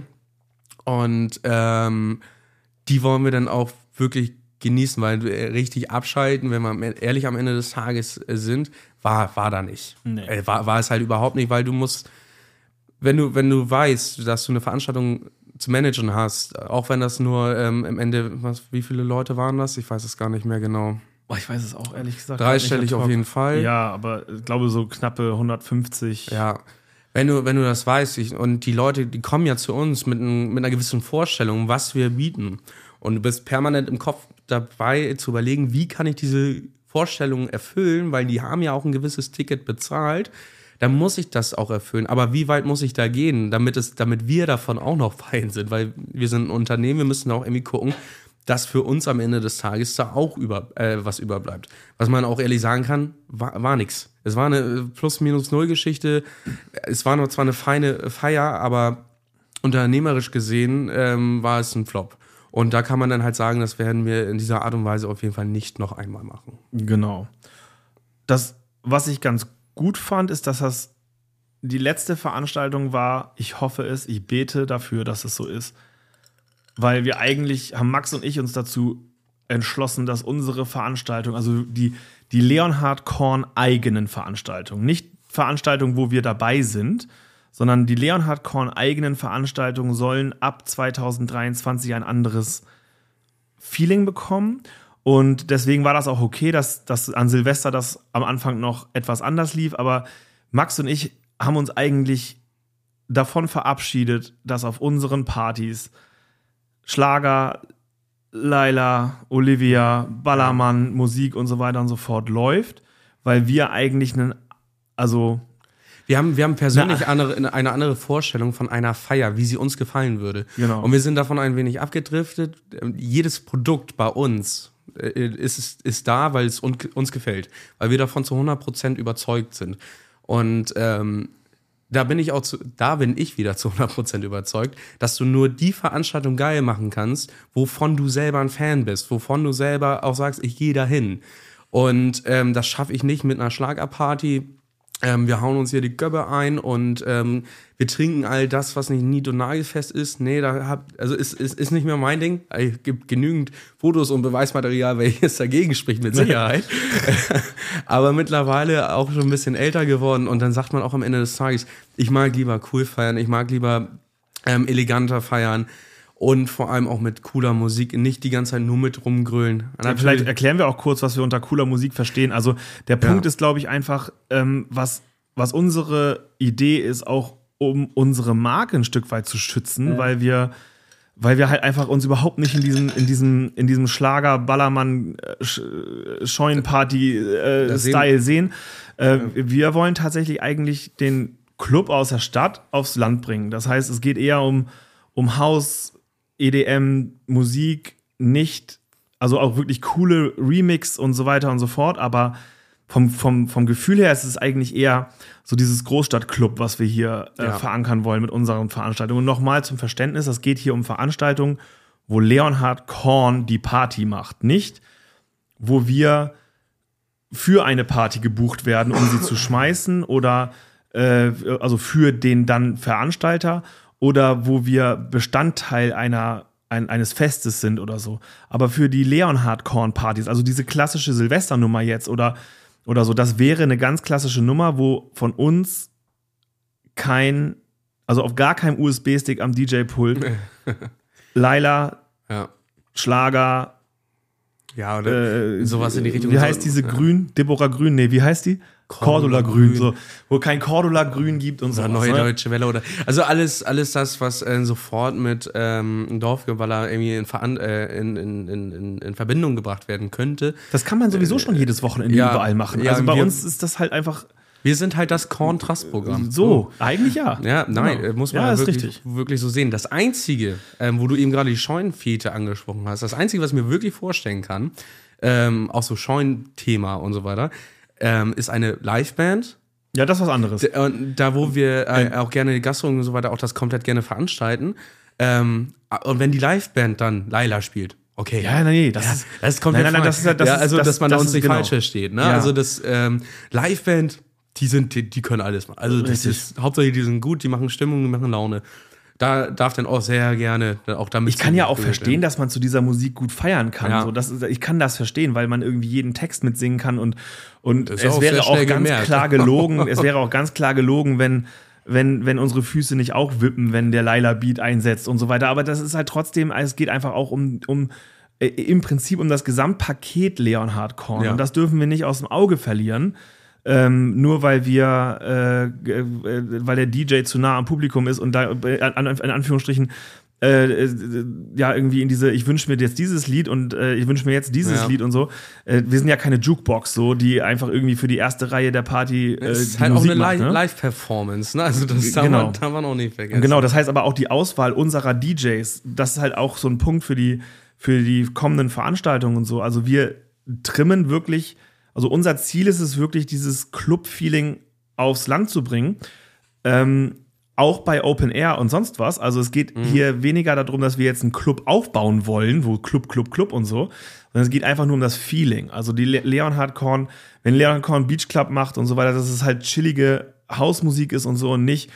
Und ähm, die wollen wir dann auch wirklich genießen, weil richtig abschalten, wenn wir ehrlich am Ende des Tages sind, war, war da nicht. Nee. Äh, war, war es halt überhaupt nicht, weil du musst, wenn du, wenn du weißt, dass du eine Veranstaltung zu managen hast, auch wenn das nur ähm, am Ende, was, wie viele Leute waren das? Ich weiß es gar nicht mehr genau.
Oh, ich weiß es auch ehrlich gesagt.
Dreistellig auf jeden Fall.
Ja, aber ich glaube so knappe hundertfünfzig.
Ja, wenn du, wenn du das weißt, ich, und die Leute, die kommen ja zu uns mit, ein, mit einer gewissen Vorstellung, was wir bieten. Und du bist permanent im Kopf dabei zu überlegen, wie kann ich diese Vorstellung erfüllen, weil die haben ja auch ein gewisses Ticket bezahlt. Dann muss ich das auch erfüllen. Aber wie weit muss ich da gehen, damit, es, damit wir davon auch noch fein sind? Weil wir sind ein Unternehmen, wir müssen auch irgendwie gucken, dass für uns am Ende des Tages da auch über, äh, was überbleibt. Was man auch ehrlich sagen kann, war, war nix. Es war eine Plus-Minus-Null-Geschichte. Es war noch zwar eine feine Feier, aber unternehmerisch gesehen ähm, war es ein Flop. Und da kann man dann halt sagen, das werden wir in dieser Art und Weise auf jeden Fall nicht noch einmal machen.
Genau. Das, was ich ganz gut fand, ist, dass das die letzte Veranstaltung war. Ich hoffe es, ich bete dafür, dass es so ist. Weil wir eigentlich, haben Max und ich uns dazu entschlossen, dass unsere Veranstaltung, also die, die Leonhard Korn eigenen Veranstaltungen, nicht Veranstaltungen, wo wir dabei sind, sondern die Leonhard Korn eigenen Veranstaltungen sollen ab zwanzig dreiundzwanzig ein anderes Feeling bekommen. Und deswegen war das auch okay, dass, dass an Silvester das am Anfang noch etwas anders lief. Aber Max und ich haben uns eigentlich davon verabschiedet, dass auf unseren Partys Schlager, Laila, Olivia, Ballermann, Musik und so weiter und so fort läuft, weil wir eigentlich einen, also
wir haben, wir haben persönlich andere, eine andere Vorstellung von einer Feier, wie sie uns gefallen würde.
Genau.
Und wir sind davon ein wenig abgedriftet. Jedes Produkt bei uns ist, ist da, weil es uns gefällt, weil wir davon zu hundert Prozent überzeugt sind. Und ähm, Da bin ich auch zu, da bin ich wieder zu hundert Prozent überzeugt, dass du nur die Veranstaltung geil machen kannst, wovon du selber ein Fan bist, wovon du selber auch sagst, ich gehe dahin. Und ähm, das schaffe ich nicht mit einer Schlagerparty. Ähm, wir hauen uns hier die Göbbe ein und ähm, wir trinken all das, was nicht nied- und nagelfest ist. Nee, da hab, also ist, ist, ist nicht mehr mein Ding. Es gibt genügend Fotos und Beweismaterial, welches dagegen spricht, mit Sicherheit. Aber mittlerweile auch schon ein bisschen älter geworden und dann sagt man auch am Ende des Tages, ich mag lieber cool feiern, ich mag lieber ähm, eleganter feiern. Und vor allem auch mit cooler Musik, nicht die ganze Zeit nur mit rumgrölen.
Ja, vielleicht erklären wir auch kurz, was wir unter cooler Musik verstehen. Also der Punkt ja. ist, glaube ich, einfach, ähm, was, was unsere Idee ist, auch um unsere Marke ein Stück weit zu schützen, ja. weil wir weil wir halt einfach uns überhaupt nicht in diesem, in diesem, in diesem Schlager, Ballermann, Scheunenparty-Style äh, sehen. Äh, ja. Wir wollen tatsächlich eigentlich den Club aus der Stadt aufs Land bringen. Das heißt, es geht eher um, um Haus, E D M, Musik, nicht, also auch wirklich coole Remix und so weiter und so fort, aber vom, vom, vom Gefühl her ist es eigentlich eher so dieses Großstadtclub, was wir hier äh, ja. verankern wollen mit unseren Veranstaltungen. Und nochmal zum Verständnis, es geht hier um Veranstaltungen, wo Leonhard Korn die Party macht, nicht wo wir für eine Party gebucht werden, um sie zu schmeißen oder äh, also für den dann Veranstalter, oder wo wir Bestandteil einer, ein, eines Festes sind oder so. Aber für die Leonhard Korn-Partys, also diese klassische Silvesternummer jetzt oder, oder so, das wäre eine ganz klassische Nummer, wo von uns kein, also auf gar keinem U S B-Stick am D J-Pult Laila,
ja.
Schlager,
Ja, oder
äh,
sowas in die Richtung.
Wie heißt diese
ja.
Grün? Deborah Grün? Nee, wie heißt die? Cordula Grün, so, wo kein Cordula Grün gibt und so.
Oder Neue ne? Deutsche Welle oder. Also alles, alles das, was äh, sofort mit ähm, Dorfgeballer irgendwie in, Veran äh, in, in, in, in Verbindung gebracht werden könnte.
Das kann man sowieso äh, schon jedes Wochenende ja, überall machen. Also ja, bei wir, uns ist das halt einfach.
Wir sind halt das Korn-Trass-Programm.
So, oh. eigentlich ja.
Ja, nein, genau. muss man
ja,
ja
ist
wirklich,
richtig.
wirklich so sehen. Das Einzige, ähm, wo du eben gerade die Scheunenfete angesprochen hast, das Einzige, was ich mir wirklich vorstellen kann, ähm, auch so Scheunenthema und so weiter, ähm, ist eine Liveband.
Ja, das ist was anderes.
Und da, wo wir äh, auch gerne die Gastro und so weiter auch das komplett gerne veranstalten. Ähm, und wenn die Liveband dann Laila spielt, okay.
Ja, nee, das
ja,
ist
das ist komplett
nein, nein, nein, das ist, das
ja, also,
ist, das,
dass man
das
uns
ist,
nicht
genau.
falsch versteht. Ne?
Ja.
Also, das ähm, Liveband, die sind, die, die können alles machen. Also, das
Richtig.
ist, hauptsächlich, die sind gut, die machen Stimmung, die machen Laune. Da darf dann auch sehr gerne auch damit.
Ich kann ja auch verstehen, dass man zu dieser Musik gut feiern kann.
Ja.
So, das ist, ich kann das verstehen, weil man irgendwie jeden Text mitsingen kann und, und
Das
es
ist auch
wäre
sehr
auch
schnell
ganz
gemerkt.
klar gelogen, es wäre auch ganz klar gelogen, wenn, wenn, wenn unsere Füße nicht auch wippen, wenn der Laila-Beat einsetzt und so weiter. Aber das ist halt trotzdem, es geht einfach auch um, um äh, im Prinzip um das Gesamtpaket Leonhard Korn.
Ja.
Und das dürfen wir nicht aus dem Auge verlieren. Ähm, nur weil wir, äh, äh, weil der D J zu nah am Publikum ist und da äh, an, in Anführungsstrichen äh, äh, ja irgendwie in diese, ich wünsche mir jetzt dieses Lied und äh, ich wünsche mir jetzt dieses
ja.
Lied und so. Äh, wir sind ja keine Jukebox, so, die einfach irgendwie für die erste Reihe der Party äh,
Es ist
die
halt
Musik
auch eine
macht,
Li-
ne?
Live-Performance, ne? Also das darf,
Genau.
man, darf man auch nicht vergessen.
Genau, das heißt aber auch die Auswahl unserer D Js, das ist halt auch so ein Punkt für die, für die kommenden Veranstaltungen und so. Also wir trimmen wirklich. Also unser Ziel ist es wirklich, dieses Club-Feeling aufs Land zu bringen. Ähm, auch bei Open Air und sonst was. Also es geht mhm. hier weniger darum, dass wir jetzt einen Club aufbauen wollen, wo Club, Club, Club und so. Sondern es geht einfach nur um das Feeling. Also die Le- Leonhard Korn, wenn Leonhard Korn Beach Club macht und so weiter, dass es halt chillige Hausmusik ist und so und nicht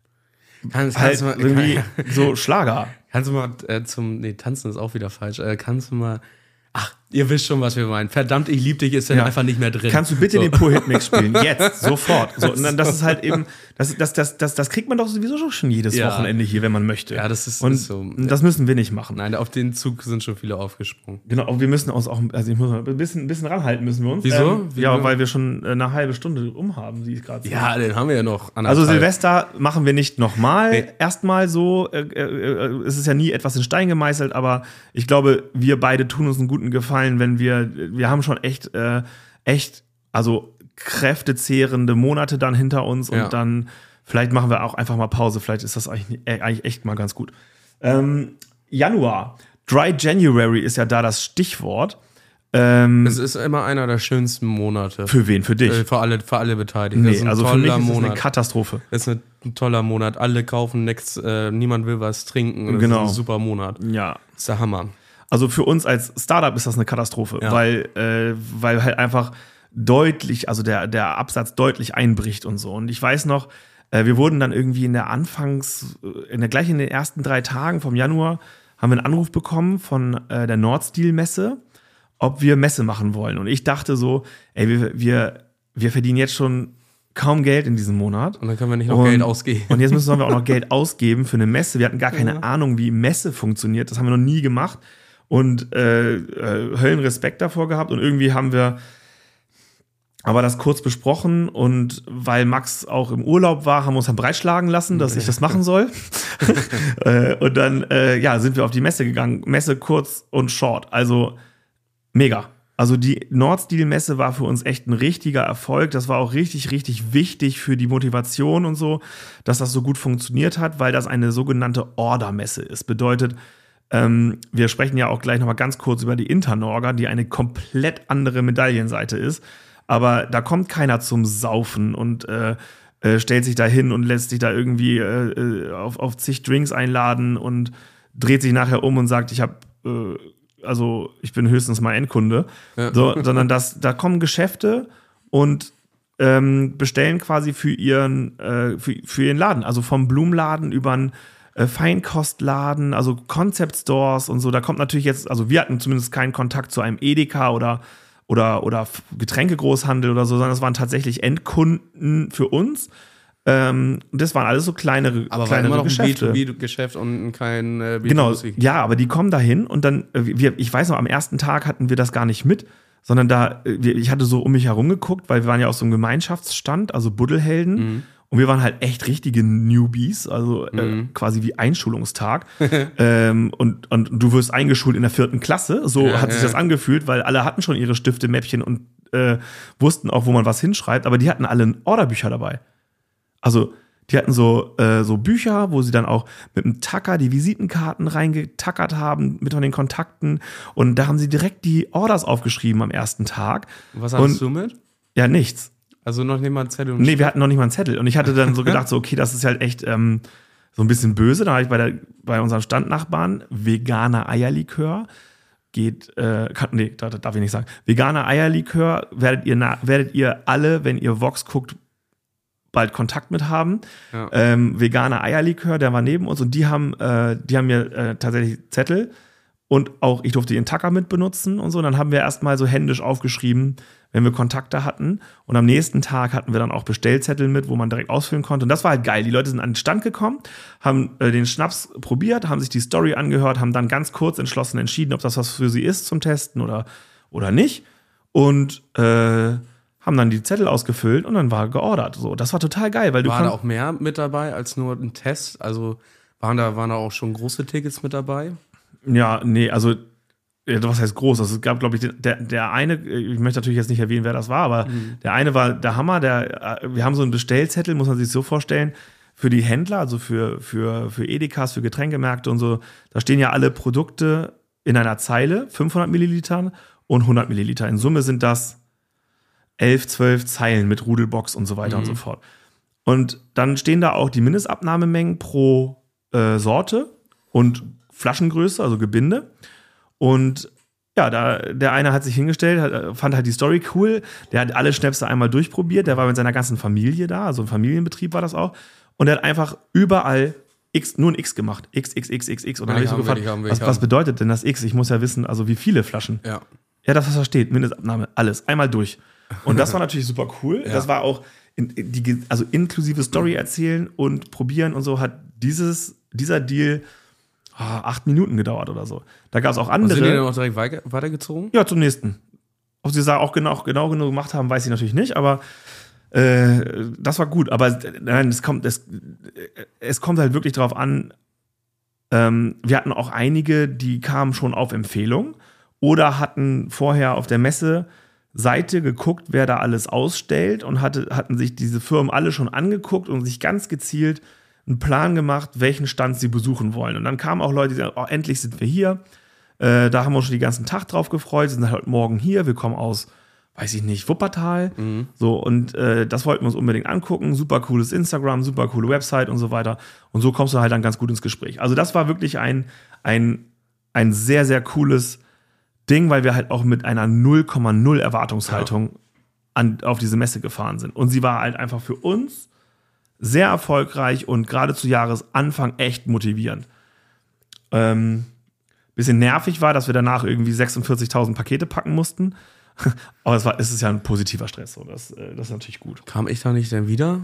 kannst,
halt
kannst mal,
irgendwie
kann,
so Schlager.
Kannst du mal äh, zum, nee, tanzen ist auch wieder falsch. Äh, kannst du mal, ach, ihr wisst schon, was wir meinen. Verdammt, ich lieb dich ist dann
Ja.
einfach nicht mehr drin.
Kannst du bitte
so.
den Pur-Hit-Mix spielen? Jetzt, sofort. So, und dann, das ist halt eben, das, das, das, das, das kriegt man doch sowieso schon jedes
Ja.
Wochenende hier, wenn man möchte.
Ja, das ist,
und
ist so.
das müssen wir nicht machen.
Nein, auf den Zug sind schon viele aufgesprungen.
Genau, aber wir müssen uns auch, also ich muss mal ein bisschen, ein bisschen ranhalten müssen wir uns.
Wieso?
Ähm,
Wie
ja,
lange?
weil wir schon eine halbe Stunde umhaben, wie ich gerade
Ja, den haben wir ja noch.
Also Silvester machen wir nicht nochmal.
Nee.
Erstmal so, äh, äh, es ist ja nie etwas in Stein gemeißelt, aber ich glaube, wir beide tun uns einen guten Gefallen, wenn wir, wir haben schon echt, äh, echt, also kräftezehrende Monate dann hinter uns und
Ja.
dann, vielleicht machen wir auch einfach mal Pause, vielleicht ist das eigentlich, äh, eigentlich echt mal ganz gut. Ähm, Januar, Dry January ist ja da das Stichwort. Ähm,
Es ist immer einer der schönsten Monate.
für wen? Für dich?
Äh, für alle, für alle Beteiligten. das
nee,
ist ein
also
toller
für mich ist es
Monat.
eine Katastrophe.
Das ist ein, ein toller Monat. Alle kaufen nichts, äh, niemand will was trinken. Das
Genau.
ist ein super Monat.
Ja.
Das ist der Hammer.
Also für uns als Startup ist das eine Katastrophe,
Ja.
weil, äh, weil halt einfach deutlich, also der, der Absatz deutlich einbricht und so. Und ich weiß noch, äh, wir wurden dann irgendwie in der Anfangs, in der gleich in den ersten drei Tagen vom Januar haben wir einen Anruf bekommen von äh, der Nordstil-Messe, ob wir Messe machen wollen. Und ich dachte so, ey, wir, wir, wir verdienen jetzt schon kaum Geld in diesem Monat.
Und dann können wir nicht noch
Und-
Geld ausgeben.
Und jetzt müssen wir auch noch Geld ausgeben für eine Messe. Wir hatten gar keine
Ja.
Ahnung, wie Messe funktioniert. Das haben wir noch nie gemacht. Und äh, äh, Höllenrespekt davor gehabt. Und irgendwie haben wir aber das kurz besprochen. Und weil Max auch im Urlaub war, haben wir uns dann breitschlagen lassen, dass ich das machen soll. äh, und dann äh, ja, sind wir auf die Messe gegangen. Messe kurz und short. Also mega. Also die Nordstil-Messe war für uns echt ein richtiger Erfolg. Das war auch richtig, richtig wichtig für die Motivation und so, dass das so gut funktioniert hat, weil das eine sogenannte Order-Messe ist. Bedeutet, ähm, wir sprechen ja auch gleich nochmal ganz kurz über die Internorga, die eine komplett andere Medaillenseite ist. Aber da kommt keiner zum Saufen und äh, äh, stellt sich da hin und lässt sich da irgendwie äh, auf, auf zig Drinks einladen und dreht sich nachher um und sagt, ich habe äh, also ich bin höchstens mal Endkunde,
Ja.
so, sondern das, da kommen Geschäfte und ähm, bestellen quasi für ihren, äh, für, für ihren Laden, also vom Blumenladen über einen äh, Feinkostladen, also Concept Stores und so. Da kommt natürlich jetzt, also wir hatten zumindest keinen Kontakt zu einem Edeka oder oder oder Getränkegroßhandel oder so, sondern es waren tatsächlich Endkunden für uns. Ähm, das waren alles so kleinere,
aber
kleinere
war immer noch
Geschäfte.
ein B zwei B-Geschäft und kein äh, B
Genau,
zwei C.
ja, aber die kommen dahin und dann, äh, wir, ich weiß noch, am ersten Tag hatten wir das gar nicht mit, sondern da, äh, wir, ich hatte so um mich herum geguckt, weil wir waren ja auf so einem Gemeinschaftsstand, also Buddelhelden. Mhm. Und wir waren halt echt richtige Newbies, also äh, mhm. quasi wie Einschulungstag. ähm, und, und du wirst eingeschult in der vierten Klasse. So
ja,
hat sich
ja.
das angefühlt, weil alle hatten schon ihre Stifte, Mäppchen und äh, wussten auch, wo man was hinschreibt. Aber die hatten alle Orderbücher dabei. Also die hatten so, äh, so Bücher, wo sie dann auch mit einem Tacker die Visitenkarten reingetackert haben, mit von den Kontakten. Und da haben sie direkt die Orders aufgeschrieben am ersten Tag.
Was hattest du mit?
Ja, nichts.
Also noch nicht mal einen Zettel? Und
nee, wir hatten noch nicht mal einen Zettel. Und ich hatte dann so gedacht, so okay, das ist halt echt ähm, so ein bisschen böse. Da habe ich bei, der, bei unseren Standnachbarn veganer Eierlikör. Geht, äh, kann, nee, das darf ich nicht sagen. Veganer Eierlikör werdet ihr, na, werdet ihr alle, wenn ihr Vox guckt, bald Kontakt mit haben. Ja. Ähm, veganer Eierlikör, der war neben uns und die haben, äh, die haben mir äh, tatsächlich Zettel und auch ich durfte ihren Tacker mit benutzen und so. Und dann haben wir erstmal so händisch aufgeschrieben, wenn wir Kontakte hatten. Und am nächsten Tag hatten wir dann auch Bestellzettel mit, wo man direkt ausfüllen konnte. Und das war halt geil. Die Leute sind an den Stand gekommen, haben äh, den Schnaps probiert, haben sich die Story angehört, haben dann ganz kurz entschlossen entschieden, ob das was für sie ist zum Testen oder, oder nicht. Und äh, haben dann die Zettel ausgefüllt und dann war geordert. So, das war total geil, weil du
War da auch mehr mit dabei als nur ein Test? Also waren da, waren da auch schon große Tickets mit dabei?
Ja, nee, also was heißt groß? Also es gab, glaube ich, der, der eine, ich möchte natürlich jetzt nicht erwähnen, wer das war, aber mhm. der eine war der Hammer, der, wir haben so einen Bestellzettel, muss man sich so vorstellen, für die Händler, also für, für, für Edekas, für Getränkemärkte und so, da stehen ja alle Produkte in einer Zeile, fünfhundert Milliliter und hundert Milliliter. In Summe sind das elf, zwölf Zeilen mit Rudelbox und so weiter mhm. und so fort. Und dann stehen da auch die Mindestabnahmemengen pro äh, Sorte und Flaschengröße, also Gebinde. Und ja, da, der eine hat sich hingestellt, hat, fand halt die Story cool. Der hat alle Schnäpse einmal durchprobiert. Der war mit seiner ganzen Familie da, also ein Familienbetrieb war das auch. Und der hat einfach überall X, nur ein X gemacht. X, X, X, X, X. Und dann habe ich so gefragt, was, was bedeutet denn das X? Ich muss ja wissen, also wie viele Flaschen.
Ja,
ja das, was da steht, Mindestabnahme, alles, einmal durch. Und das war natürlich super cool. Ja. Das war auch, in, die, also inklusive Story erzählen und probieren und so, hat dieses, dieser Deal oh, acht Minuten gedauert oder so. Da gab es auch andere.
Und sind die dann auch direkt weiter, weitergezogen?
Ja, zum nächsten. Ob sie da auch genau, genau genug gemacht haben, weiß ich natürlich nicht, aber äh, das war gut. Aber nein, es kommt, es, es kommt halt wirklich drauf an. Ähm, wir hatten auch einige, die kamen schon auf Empfehlung oder hatten vorher auf der Messe Seite geguckt, wer da alles ausstellt und hatte, hatten sich diese Firmen alle schon angeguckt und sich ganz gezielt einen Plan gemacht, welchen Stand sie besuchen wollen. Und dann kamen auch Leute, die sagen, oh, endlich sind wir hier. Äh, da haben wir uns schon den ganzen Tag drauf gefreut, sind halt morgen hier, wir kommen aus, weiß ich nicht, Wuppertal. Mhm. So, und äh, das wollten wir uns unbedingt angucken. Super cooles Instagram, super coole Website und so weiter. Und so kommst du halt dann ganz gut ins Gespräch. Also das war wirklich ein, ein, ein sehr, sehr cooles Ding, weil wir halt auch mit einer null Komma null Erwartungshaltung ja. an, auf diese Messe gefahren sind. Und sie war halt einfach für uns sehr erfolgreich und gerade zu Jahresanfang echt motivierend. Ähm, bisschen nervig war, dass wir danach irgendwie sechsundvierzigtausend Pakete packen mussten. Aber es, war, es ist ja ein positiver Stress. So. Das, das ist natürlich gut.
Kam ich da nicht dann wieder?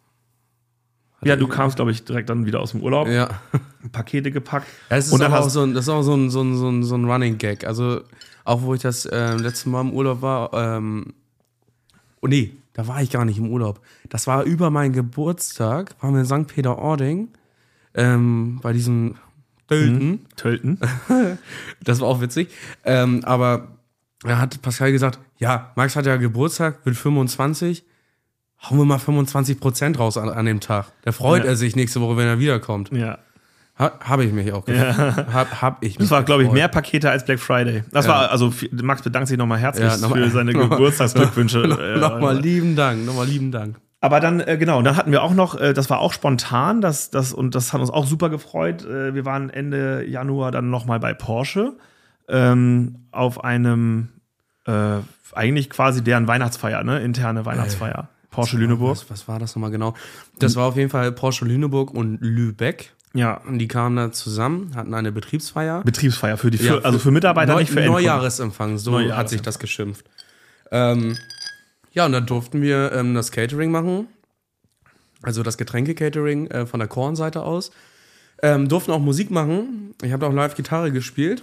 Hat
ja, du kamst, glaube ich, direkt dann wieder aus dem Urlaub.
Ja.
Pakete gepackt.
Ja, das ist und dann auch, so ein, das ist auch so ein, so, ein, so, ein, so ein Running Gag. Also, auch wo ich das äh, letzte Mal im Urlaub war, ähm, oh nee, da war ich gar nicht im Urlaub. Das war über meinen Geburtstag, waren wir in Sankt Peter-Ording, ähm, bei diesem Tölten.
Mhm. Tölten.
Das war auch witzig. Ähm, aber da hat Pascal gesagt, ja, Max hat ja Geburtstag, wird fünfundzwanzig, hauen wir mal fünfundzwanzig Prozent raus an, an dem Tag. Da freut ja. er sich nächste Woche, wenn er wiederkommt.
Ja.
Ha, habe ich mich auch gefreut.
Ja.
Hab, hab ich mich
das war, glaube ich, mehr Pakete als Black Friday. Das ja. war, also Max bedankt sich nochmal herzlich ja, noch mal, für seine noch Geburtstagsglückwünsche.
Noch, äh, nochmal lieben Dank, nochmal lieben Dank.
Aber dann, äh, genau, dann hatten wir auch noch, äh, das war auch spontan, das, das, und das hat uns auch super gefreut. Äh, wir waren Ende Januar dann nochmal bei Porsche ähm, auf einem, äh, eigentlich quasi deren Weihnachtsfeier, ne, interne Weihnachtsfeier. Äh, Porsche
was
Lüneburg.
Was, was war das nochmal genau? Das war auf jeden Fall Porsche Lüneburg und Lübeck.
Ja.
Und die kamen da zusammen, hatten eine Betriebsfeier.
Betriebsfeier für die, für, ja, für also für Mitarbeiter, Neu, nicht für Endkunden.
Neujahresempfang, so Neujahres hat sich das geschimpft. Ähm, ja, und dann durften wir ähm, das Catering machen. also das Getränke-Catering äh, von der Korn-Seite aus. Ähm, durften auch Musik machen. Ich habe auch live Gitarre gespielt.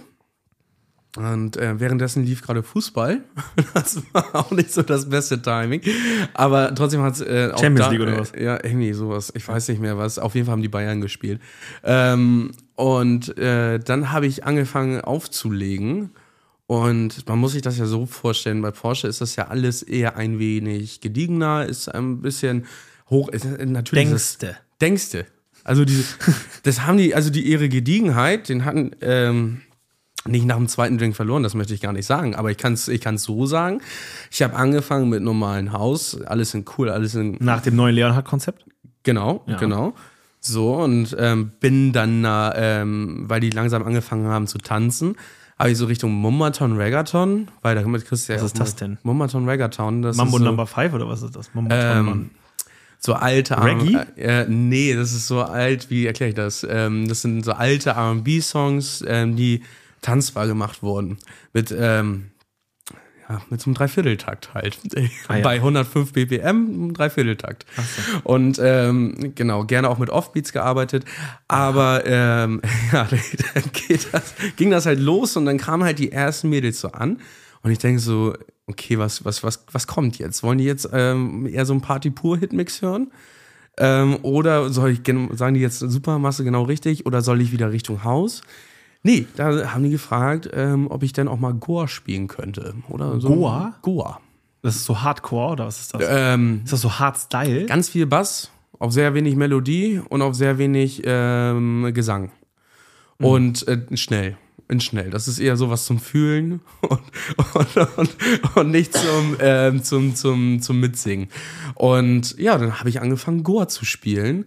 Und äh, währenddessen lief gerade Fußball. Das war auch nicht so das beste Timing. Aber trotzdem hat es äh, auch
Champions
da,
League oder was?
Äh, ja, irgendwie sowas. Ich weiß nicht mehr was. Auf jeden Fall haben die Bayern gespielt. Ähm, und äh, dann habe ich angefangen aufzulegen. Und man muss sich das ja so vorstellen. Bei Porsche ist das ja alles eher ein wenig gediegener, ist ein bisschen hoch. Ist natürlich
Denkste.
Das, Denkste. Also diese, das haben die, also die ihre Gediegenheit, den hatten ähm, nicht nach dem zweiten Drink verloren, das möchte ich gar nicht sagen, aber ich kann es ich kann's so sagen. Ich habe angefangen mit normalen Haus, alles in cool, alles in...
Nach dem neuen Leonhard-Konzept?
Genau,
Ja.
genau. So, und ähm, bin dann, äh, ähm, weil die langsam angefangen haben zu tanzen, habe ich so Richtung Mummaton Reggaeton, weil damit kriegst du ja...
Was ist das denn?
Mummaton Reggaeton. Das
Mambo
ist so,
Number five oder was ist das? Mambo
ähm, so alte...
Reggae?
Äh, äh, nee, das ist so alt, wie erkläre ich das? Ähm, das sind so alte R and B-Songs, ähm, die tanzbar gemacht wurden. Mit, ähm, ja, mit so einem Dreivierteltakt halt.
Ah, ja.
Bei hundertfünf B P M, Dreivierteltakt.
Ach so.
Und ähm, genau, gerne auch mit Offbeats gearbeitet. Aber ähm, ja, dann geht das, ging das halt los und dann kamen halt die ersten Mädels so an. Und ich denke so, okay, was, was, was, was kommt jetzt? Wollen die jetzt ähm, eher so einen Party-Pur-Hitmix hören? Ähm, oder soll ich, sagen die jetzt Supermasse genau richtig? Oder soll ich wieder Richtung Haus? Nee, da haben die gefragt, ähm, ob ich denn auch mal Goa spielen könnte. Oder so.
Goa?
Goa.
Das ist so Hardcore oder was ist das?
Ähm,
Ist das so Hardstyle?
ganz viel Bass, auf sehr wenig Melodie und auf sehr wenig ähm, Gesang.
Mhm.
Und äh, schnell. In schnell. Das ist eher sowas zum Fühlen und, und, und, und nicht zum, ähm, zum, zum, zum Mitsingen. Und ja, dann habe ich angefangen, Goa zu spielen.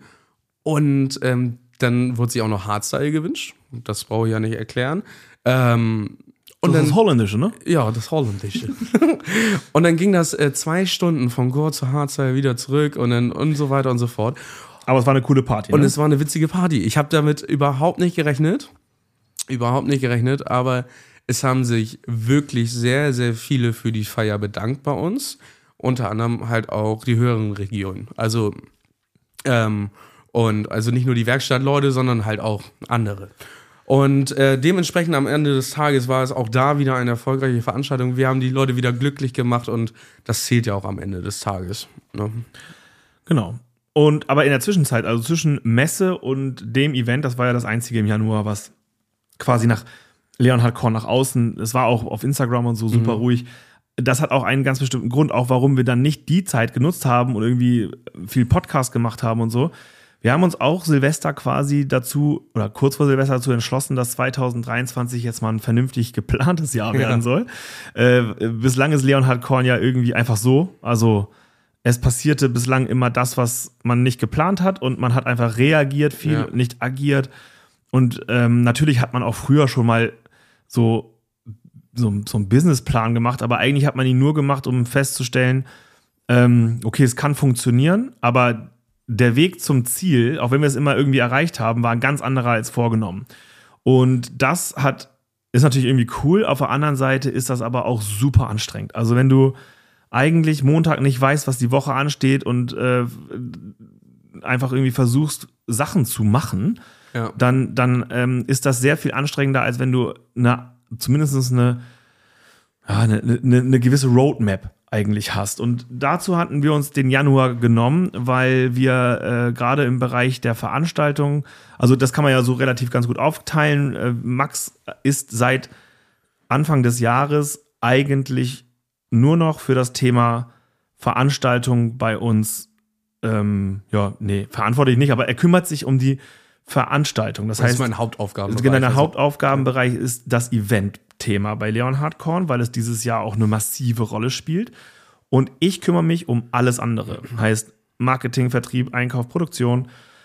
Und ähm, dann wurde sich auch noch Hardstyle gewünscht. Das brauche ich ja nicht erklären. Ähm, und
das
dann,
ist das Holländische, ne?
ja, das Holländische. Und dann ging das äh, zwei Stunden von Goa zu Hardstyle wieder zurück und dann und so weiter und so fort.
Aber es war eine coole Party,
Und
ne?
es war eine witzige Party. Ich habe damit überhaupt nicht gerechnet. Überhaupt nicht gerechnet, aber es haben sich wirklich sehr, sehr viele für die Feier bedankt bei uns. Unter anderem halt auch die höheren Regionen. Also, ähm, und also nicht nur die Werkstattleute, sondern halt auch andere. Und äh, dementsprechend am Ende des Tages war es auch da wieder eine erfolgreiche Veranstaltung. Wir haben die Leute wieder glücklich gemacht und das zählt ja auch am Ende des Tages. Ne?
Genau. Und aber in der Zwischenzeit, also zwischen Messe und dem Event, das war ja das einzige im Januar, was quasi nach Leonhard Korn nach außen, es war auch auf Instagram und so super mhm. ruhig. Das hat auch einen ganz bestimmten Grund, auch warum wir dann nicht die Zeit genutzt haben und irgendwie viel Podcast gemacht haben und so. Wir haben uns auch Silvester quasi dazu, oder kurz vor Silvester dazu entschlossen, dass zwanzig dreiundzwanzig jetzt mal ein vernünftig geplantes Jahr werden ja. soll. Äh, bislang ist Leonhard Korn ja irgendwie einfach so, also es passierte bislang immer das, was man nicht geplant hat und man hat einfach reagiert viel, ja. nicht agiert. Und ähm, natürlich hat man auch früher schon mal so, so, so einen Businessplan gemacht, aber eigentlich hat man ihn nur gemacht, um festzustellen, ähm, okay, es kann funktionieren, aber der Weg zum Ziel, auch wenn wir es immer irgendwie erreicht haben, war ein ganz anderer als vorgenommen. Und das hat, ist natürlich irgendwie cool, auf der anderen Seite ist das aber auch super anstrengend. Also wenn du eigentlich Montag nicht weißt, was die Woche ansteht und äh, einfach irgendwie versuchst, Sachen zu machen, ja. dann, dann ähm, ist das sehr viel anstrengender, als wenn du eine, zumindest eine, ja, eine, eine, eine gewisse Roadmap eigentlich hast. Und dazu hatten wir uns den Januar genommen, weil wir äh, gerade im Bereich der Veranstaltung, also das kann man ja so relativ ganz gut aufteilen, äh, Max ist seit Anfang des Jahres eigentlich nur noch für das Thema Veranstaltung bei uns, ähm, ja, nee, verantwortlich nicht, aber er kümmert sich um die Veranstaltung. Das, das heißt,
ist mein Hauptaufgabenbereich.
Genau, der Hauptaufgabenbereich ist das Event-Thema bei Leonhard Korn, weil es dieses Jahr auch eine massive Rolle spielt. Und ich kümmere mich um alles andere. Heißt Marketing, Vertrieb, Einkauf, Produktion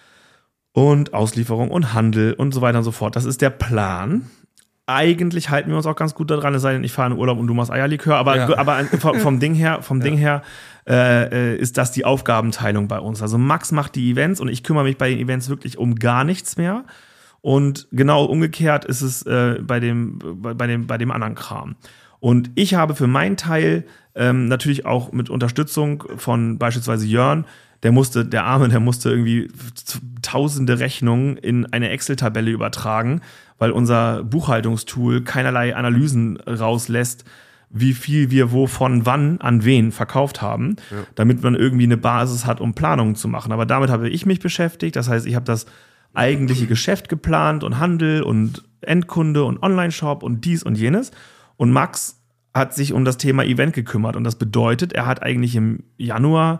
und Auslieferung und Handel und so weiter und so fort. Das ist der Plan. Eigentlich halten wir uns auch ganz gut daran, es sei denn, ich fahre in Urlaub und du machst Eierlikör, aber, ja. aber vom, vom Ding her, vom ja. Ding her äh, ist das die Aufgabenteilung bei uns. Also Max macht die Events und ich kümmere mich bei den Events wirklich um gar nichts mehr. Und genau umgekehrt ist es äh, bei, dem, bei, bei, dem, bei dem anderen Kram. Und ich habe für meinen Teil ähm, natürlich auch mit Unterstützung von beispielsweise Jörn, der musste, der Arme, der musste irgendwie tausende Rechnungen in eine Excel-Tabelle übertragen, weil unser Buchhaltungstool keinerlei Analysen rauslässt, wie viel wir wovon wann an wen verkauft haben, ja. damit man irgendwie eine Basis hat, um Planungen zu machen. Aber damit habe ich mich beschäftigt. Das heißt, ich habe das eigentliche Geschäft geplant und Handel und Endkunde und Online-Shop und dies und jenes. Und Max hat sich um das Thema Event gekümmert. Und das bedeutet, er hat eigentlich im Januar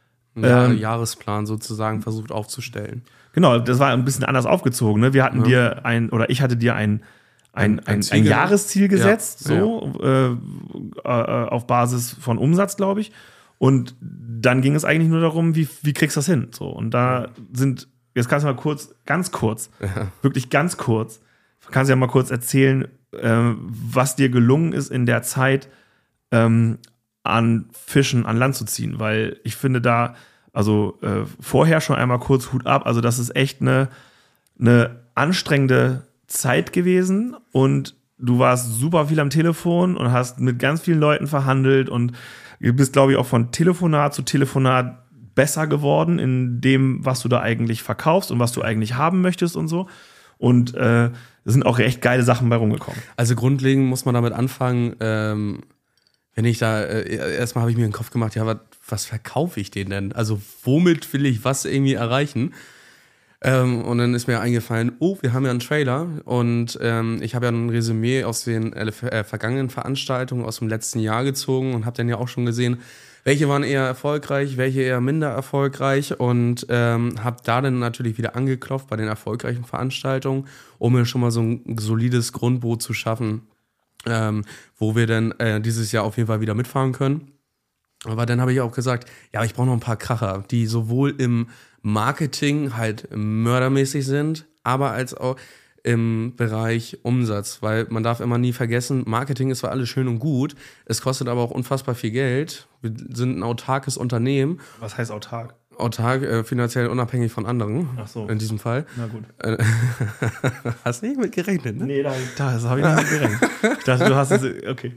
ja,
ähm,
Jahresplan sozusagen versucht aufzustellen.
Genau, das war ein bisschen anders aufgezogen. Ne? Wir hatten ja. dir ein, oder ich hatte dir ein Ein, ein, ein, ein Jahresziel gesetzt, ja, so ja. Äh, äh, auf Basis von Umsatz, glaube ich. Und dann ging es eigentlich nur darum, wie, wie kriegst du das hin? So, und da sind, jetzt kannst du mal kurz, ganz kurz, ja. wirklich ganz kurz, kannst du ja mal kurz erzählen, äh, was dir gelungen ist in der Zeit, ähm, an Fischen an Land zu ziehen. Weil ich finde da, also äh, vorher schon einmal kurz Hut ab, also das ist echt eine, eine anstrengende Zeit gewesen und du warst super viel am Telefon und hast mit ganz vielen Leuten verhandelt und du bist, glaube ich, auch von Telefonat zu Telefonat besser geworden in dem, was du da eigentlich verkaufst und was du eigentlich haben möchtest und so. Und äh, es sind auch echt geile Sachen bei rumgekommen.
Also grundlegend muss man damit anfangen, ähm, wenn ich da, äh, erstmal habe ich mir den Kopf gemacht, ja, was, was verkaufe ich denen denn? Also womit will ich was irgendwie erreichen? Ähm, und dann ist mir eingefallen, oh, wir haben ja einen Trailer und ähm, ich habe ja ein Resümee aus den äh, äh, vergangenen Veranstaltungen aus dem letzten Jahr gezogen und habe dann ja auch schon gesehen, welche waren eher erfolgreich, welche eher minder erfolgreich und ähm, habe da dann natürlich wieder angeklopft bei den erfolgreichen Veranstaltungen, um mir schon mal so ein solides Grundboot zu schaffen, ähm, wo wir dann äh, dieses Jahr auf jeden Fall wieder mitfahren können. Aber dann habe ich auch gesagt, ja, ich brauche noch ein paar Kracher, die sowohl im Marketing halt mördermäßig sind, aber als auch im Bereich Umsatz, weil man darf immer nie vergessen, Marketing ist zwar alles schön und gut, es kostet aber auch unfassbar viel Geld. Wir sind ein autarkes Unternehmen.
Was heißt autark?
Autark, äh, finanziell unabhängig von anderen.
Ach so.
In diesem Fall.
Na gut.
Hast nicht mit gerechnet, ne?
Nee, da, das habe ich nicht mit gerechnet. Ich dachte, du hast es, okay.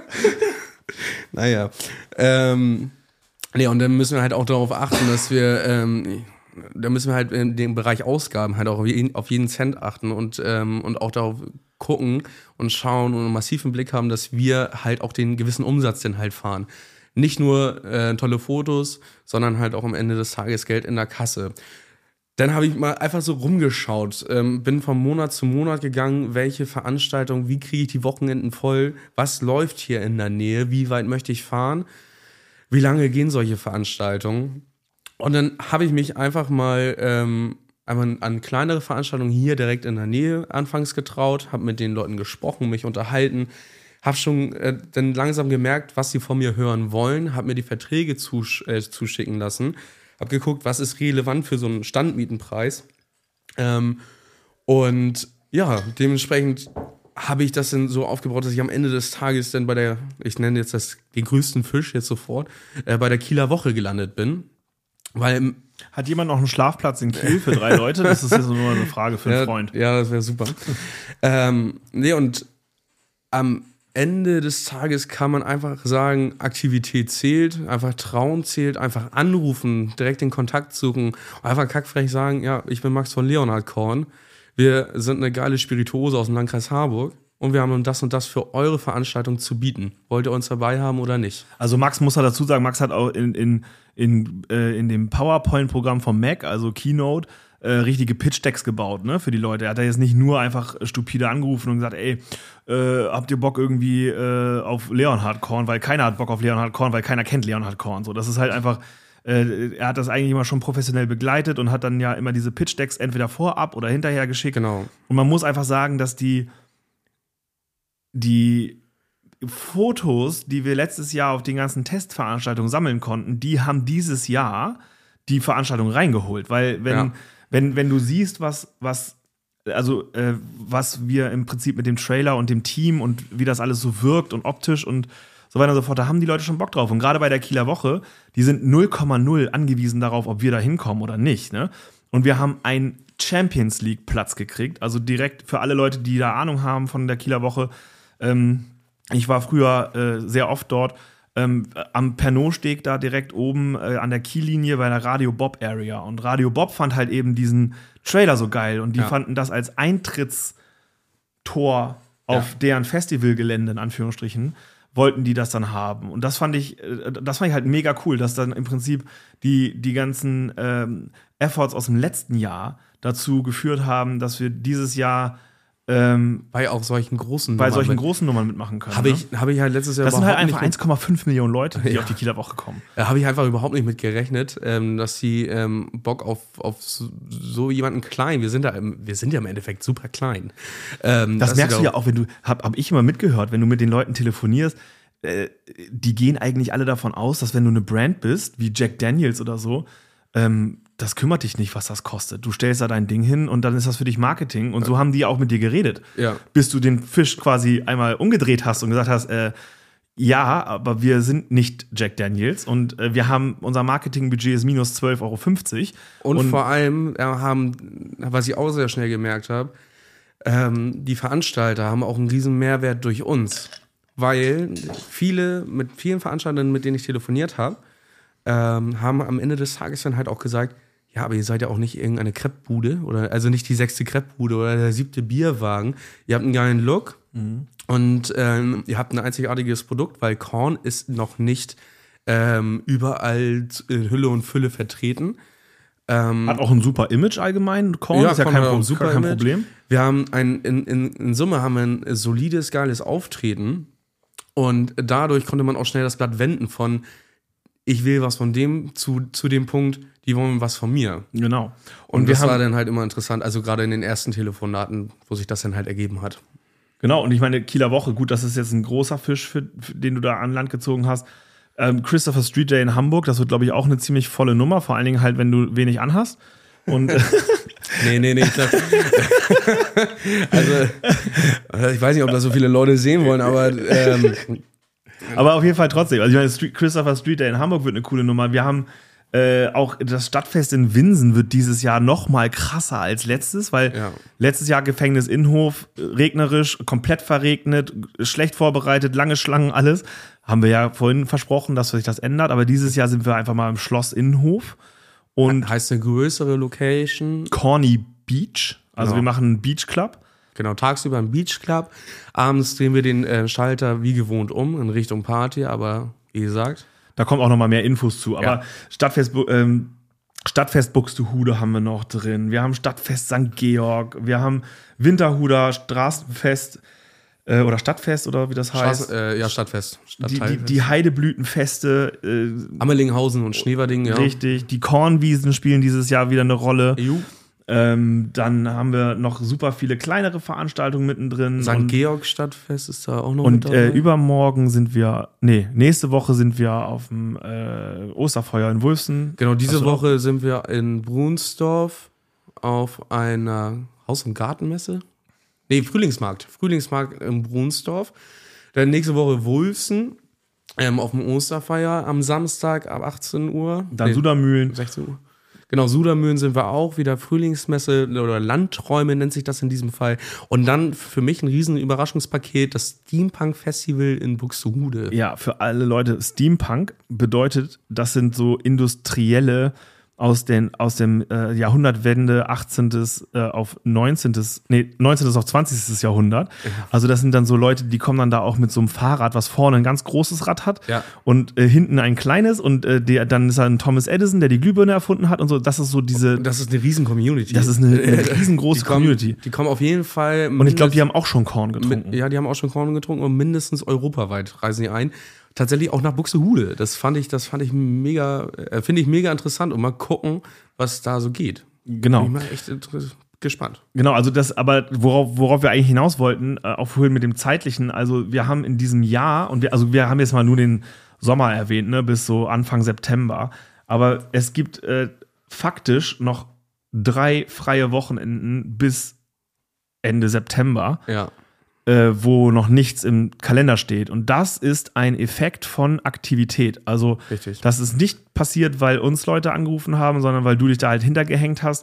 Naja. Ähm, nee, und dann müssen wir halt auch darauf achten, dass wir, ähm, da müssen wir halt in dem Bereich Ausgaben halt auch auf jeden, auf jeden Cent achten und, ähm, und auch darauf gucken und schauen und einen massiven Blick haben, dass wir halt auch den gewissen Umsatz dann halt fahren. Nicht nur äh, tolle Fotos, sondern halt auch am Ende des Tages Geld in der Kasse. Dann habe ich mal einfach so rumgeschaut, ähm, bin von Monat zu Monat gegangen, welche Veranstaltungen, wie kriege ich die Wochenenden voll, was läuft hier in der Nähe, wie weit möchte ich fahren, wie lange gehen solche Veranstaltungen. Und dann habe ich mich einfach mal ähm, einfach an kleinere Veranstaltungen hier direkt in der Nähe anfangs getraut, habe mit den Leuten gesprochen, mich unterhalten, habe schon äh, dann langsam gemerkt, was sie von mir hören wollen, habe mir die Verträge zusch- äh, zuschicken lassen, habe geguckt, was ist relevant für so einen Standmietenpreis. Ähm, und ja, dementsprechend habe ich das dann so aufgebaut, dass ich am Ende des Tages dann bei der, ich nenne jetzt das den größten Fisch jetzt sofort, äh, bei der Kieler Woche gelandet bin. Weil
hat jemand noch einen Schlafplatz in Kiel für drei Leute? Das ist jetzt nur eine Frage für einen
ja,
Freund.
Ja, das wäre super. ähm, nee, und am Ende des Tages kann man einfach sagen, Aktivität zählt, einfach Trauen zählt, einfach anrufen, direkt den Kontakt suchen, einfach kackfrech sagen, ja, ich bin Max von Leonhard Korn, wir sind eine geile Spirituose aus dem Landkreis Harburg und wir haben nun das und das für eure Veranstaltung zu bieten. Wollt ihr uns dabei haben oder nicht?
Also Max muss ja dazu sagen, Max hat auch in, in, in, äh, in dem PowerPoint-Programm vom Mac, also Keynote, Äh, richtige Pitch-Decks gebaut, ne, für die Leute. Er hat da jetzt nicht nur einfach stupide angerufen und gesagt, ey, äh, habt ihr Bock irgendwie äh, auf Leonhard Korn, weil keiner hat Bock auf Leonhard Korn, weil keiner kennt Leonhard Korn. So, das ist halt einfach, äh, er hat das eigentlich immer schon professionell begleitet und hat dann ja immer diese Pitch-Decks entweder vorab oder hinterher geschickt.
Genau.
Und man muss einfach sagen, dass die die Fotos, die wir letztes Jahr auf den ganzen Testveranstaltungen sammeln konnten, die haben dieses Jahr die Veranstaltung reingeholt, weil wenn
ja.
Wenn, wenn du siehst, was, was, also, äh, was wir im Prinzip mit dem Trailer und dem Team und wie das alles so wirkt und optisch und so weiter und so fort, da haben die Leute schon Bock drauf. Und gerade bei der Kieler Woche, die sind null Komma null angewiesen darauf, ob wir da hinkommen oder nicht, ne? Und wir haben einen Champions League Platz gekriegt, also direkt für alle Leute, die da Ahnung haben von der Kieler Woche. Ähm, ich war früher äh, sehr oft dort. ähm, am Pernod-Steg da direkt oben äh, an der Kiellinie bei der Radio Bob Area. Und Radio Bob fand halt eben diesen Trailer so geil und die
Ja.
fanden das als Eintrittstor auf
Ja.
deren Festivalgelände, in Anführungsstrichen, wollten die das dann haben. Und das fand ich, äh, das fand ich halt mega cool, dass dann im Prinzip die, die ganzen ähm, Efforts aus dem letzten Jahr dazu geführt haben, dass wir dieses Jahr ähm,
Bei auch solchen großen
bei
Nummern
solchen
mit-
großen Nummern mitmachen können.
Habe
ne?
ich, hab ich halt letztes Jahr
Das sind halt
überhaupt
einfach
nicht
eins Komma fünf Millionen Leute, die
Ja.
auf die Kieler Woche kommen.
Da habe ich einfach überhaupt nicht mit gerechnet, ähm, dass sie ähm, Bock auf, auf so, so jemanden klein, wir sind da, im, wir sind ja im Endeffekt super klein. Ähm,
Das
dass
merkst
sie
du
da
ja auch, wenn du, hab, hab ich immer mitgehört, wenn du mit den Leuten telefonierst, äh, die gehen eigentlich alle davon aus, dass wenn du eine Brand bist, wie Jack Daniels oder so, ähm, das kümmert dich nicht, was das kostet. Du stellst da dein Ding hin und dann ist das für dich Marketing. Und so haben die auch mit dir geredet.
Ja.
Bis du den Fisch quasi einmal umgedreht hast und gesagt hast, äh, ja, aber wir sind nicht Jack Daniels und äh, wir haben, unser Marketingbudget ist minus zwölf Euro fünfzig.
Und, und vor allem äh, haben, was ich auch sehr schnell gemerkt habe, ähm, die Veranstalter haben auch einen riesen Mehrwert durch uns. Weil viele, mit vielen Veranstaltern, mit denen ich telefoniert habe, ähm, haben am Ende des Tages dann halt auch gesagt, ja, aber ihr seid ja auch nicht irgendeine Crepe-Bude oder also nicht die sechste Crepe-Bude oder der siebte Bierwagen. Ihr habt einen geilen Look mhm. und ähm, ihr habt ein einzigartiges Produkt, weil Korn ist noch nicht ähm, überall in Hülle und Fülle vertreten. Ähm,
Hat auch ein super Image allgemein. Korn
Ja,
ist ja
Korn
kein,
hat auch
Pro
ein super
kein
Image.
Problem.
Wir haben ein, in, in, in Summe haben wir ein solides, geiles Auftreten und dadurch konnte man auch schnell das Blatt wenden von ich will was von dem zu, zu dem Punkt, die wollen was von mir.
Genau.
Und,
Und wir
das war
haben,
dann halt immer interessant, also gerade in den ersten Telefonaten, wo sich das dann halt ergeben hat.
genau, und ich meine, Kieler Woche, gut, das ist jetzt ein großer Fisch, für, für den du da an Land gezogen hast. Ähm, Christopher Street Day in Hamburg, das wird, glaube ich, auch eine ziemlich volle Nummer, vor allen Dingen halt, wenn du wenig anhast. Und
Nee, nee, nee, ich glaub, also, ich weiß nicht, ob das so viele Leute sehen wollen, aber ähm,
aber auf jeden Fall trotzdem. Also ich meine, Street, Christopher Street Day in Hamburg wird eine coole Nummer. Wir haben äh, auch das Stadtfest in Winsen wird dieses Jahr noch mal krasser als letztes, weil
Ja.
letztes Jahr Gefängnis Innenhof, regnerisch, komplett verregnet, schlecht vorbereitet, lange Schlangen, alles. Haben wir ja vorhin versprochen, dass sich das ändert. Aber dieses Jahr sind wir einfach mal im Schloss Innenhof und
heißt eine größere Location.
Corny Beach. Also
Genau.
wir machen einen Beach Club.
Genau, tagsüber im Beach Club. Abends drehen wir den äh, Schalter wie gewohnt um in Richtung Party, aber wie gesagt.
Da kommt auch noch mal mehr Infos zu. Aber
Ja.
Stadtfest, ähm, Stadtfest Buxtehude haben wir noch drin. Wir haben Stadtfest Sankt Georg. Wir haben Winterhuder Straßenfest äh, oder Stadtfest oder wie das heißt.
Straßen, äh, ja, Stadtfest.
die, die,
Stadtteilfest.
die Heideblütenfeste. Äh,
Ammelinghausen und Schneewerding, ja.
Richtig. Die Kornwiesen spielen dieses Jahr wieder eine Rolle.
E U.
Ähm, dann haben wir noch super viele kleinere Veranstaltungen mittendrin.
Sankt
Und-
Georg Stadtfest ist da auch noch mit
Und
dabei.
äh, übermorgen sind wir, nee, nächste Woche sind wir auf dem äh, Osterfeuer in Wulfsen.
Genau, diese
Hast du auch-
Woche sind wir in Brunsdorf auf einer Haus- und Gartenmesse. Nee, Frühlingsmarkt. Frühlingsmarkt in Brunsdorf. Dann nächste Woche Wulfsen ähm, auf dem Osterfeier am Samstag ab achtzehn Uhr.
Dann
Nee,
Sudermühlen.
sechzehn Uhr. Genau, Sudermühlen sind wir auch wieder. Frühlingsmesse oder Landträume nennt sich das in diesem Fall. Und dann für mich ein riesen Überraschungspaket, das Steampunk Festival in Buxtehude.
Ja, für alle Leute, Steampunk bedeutet, das sind so industrielle aus, den, aus dem äh, Jahrhundertwende achtzehnten Äh, auf neunzehnten Nee, neunzehnten auf zwanzigsten Jahrhundert. Also das sind dann so Leute, die kommen dann da auch mit so einem Fahrrad, was vorne ein ganz großes Rad hat
Ja.
und äh, hinten ein kleines und äh, der, dann ist da ein Thomas Edison, der die Glühbirne erfunden hat und so. Das ist so diese,
Das ist eine riesen Community.
das ist eine, eine riesengroße
die kommen,
Community.
Die kommen auf jeden Fall.
Und ich glaube, die haben auch schon Korn getrunken.
Mit, ja, die haben auch schon Korn getrunken und mindestens europaweit reisen die ein. Tatsächlich auch nach Buxtehude. Das fand ich, das fand ich mega, äh, finde ich mega interessant und mal gucken, was da so geht.
Genau.
Bin ich mal echt inter- gespannt.
Genau, also das, aber worauf, worauf wir eigentlich hinaus wollten, äh, auch vorhin mit dem zeitlichen, also wir haben in diesem Jahr, und wir, also wir haben jetzt mal nur den Sommer erwähnt, ne, bis so Anfang September, aber es gibt äh, faktisch noch drei freie Wochenenden bis Ende September,
Ja.
äh, wo noch nichts im Kalender steht. Und das ist ein Effekt von Aktivität. Also
Richtig.
das ist nicht passiert, weil uns Leute angerufen haben, sondern weil du dich da halt hintergehängt hast.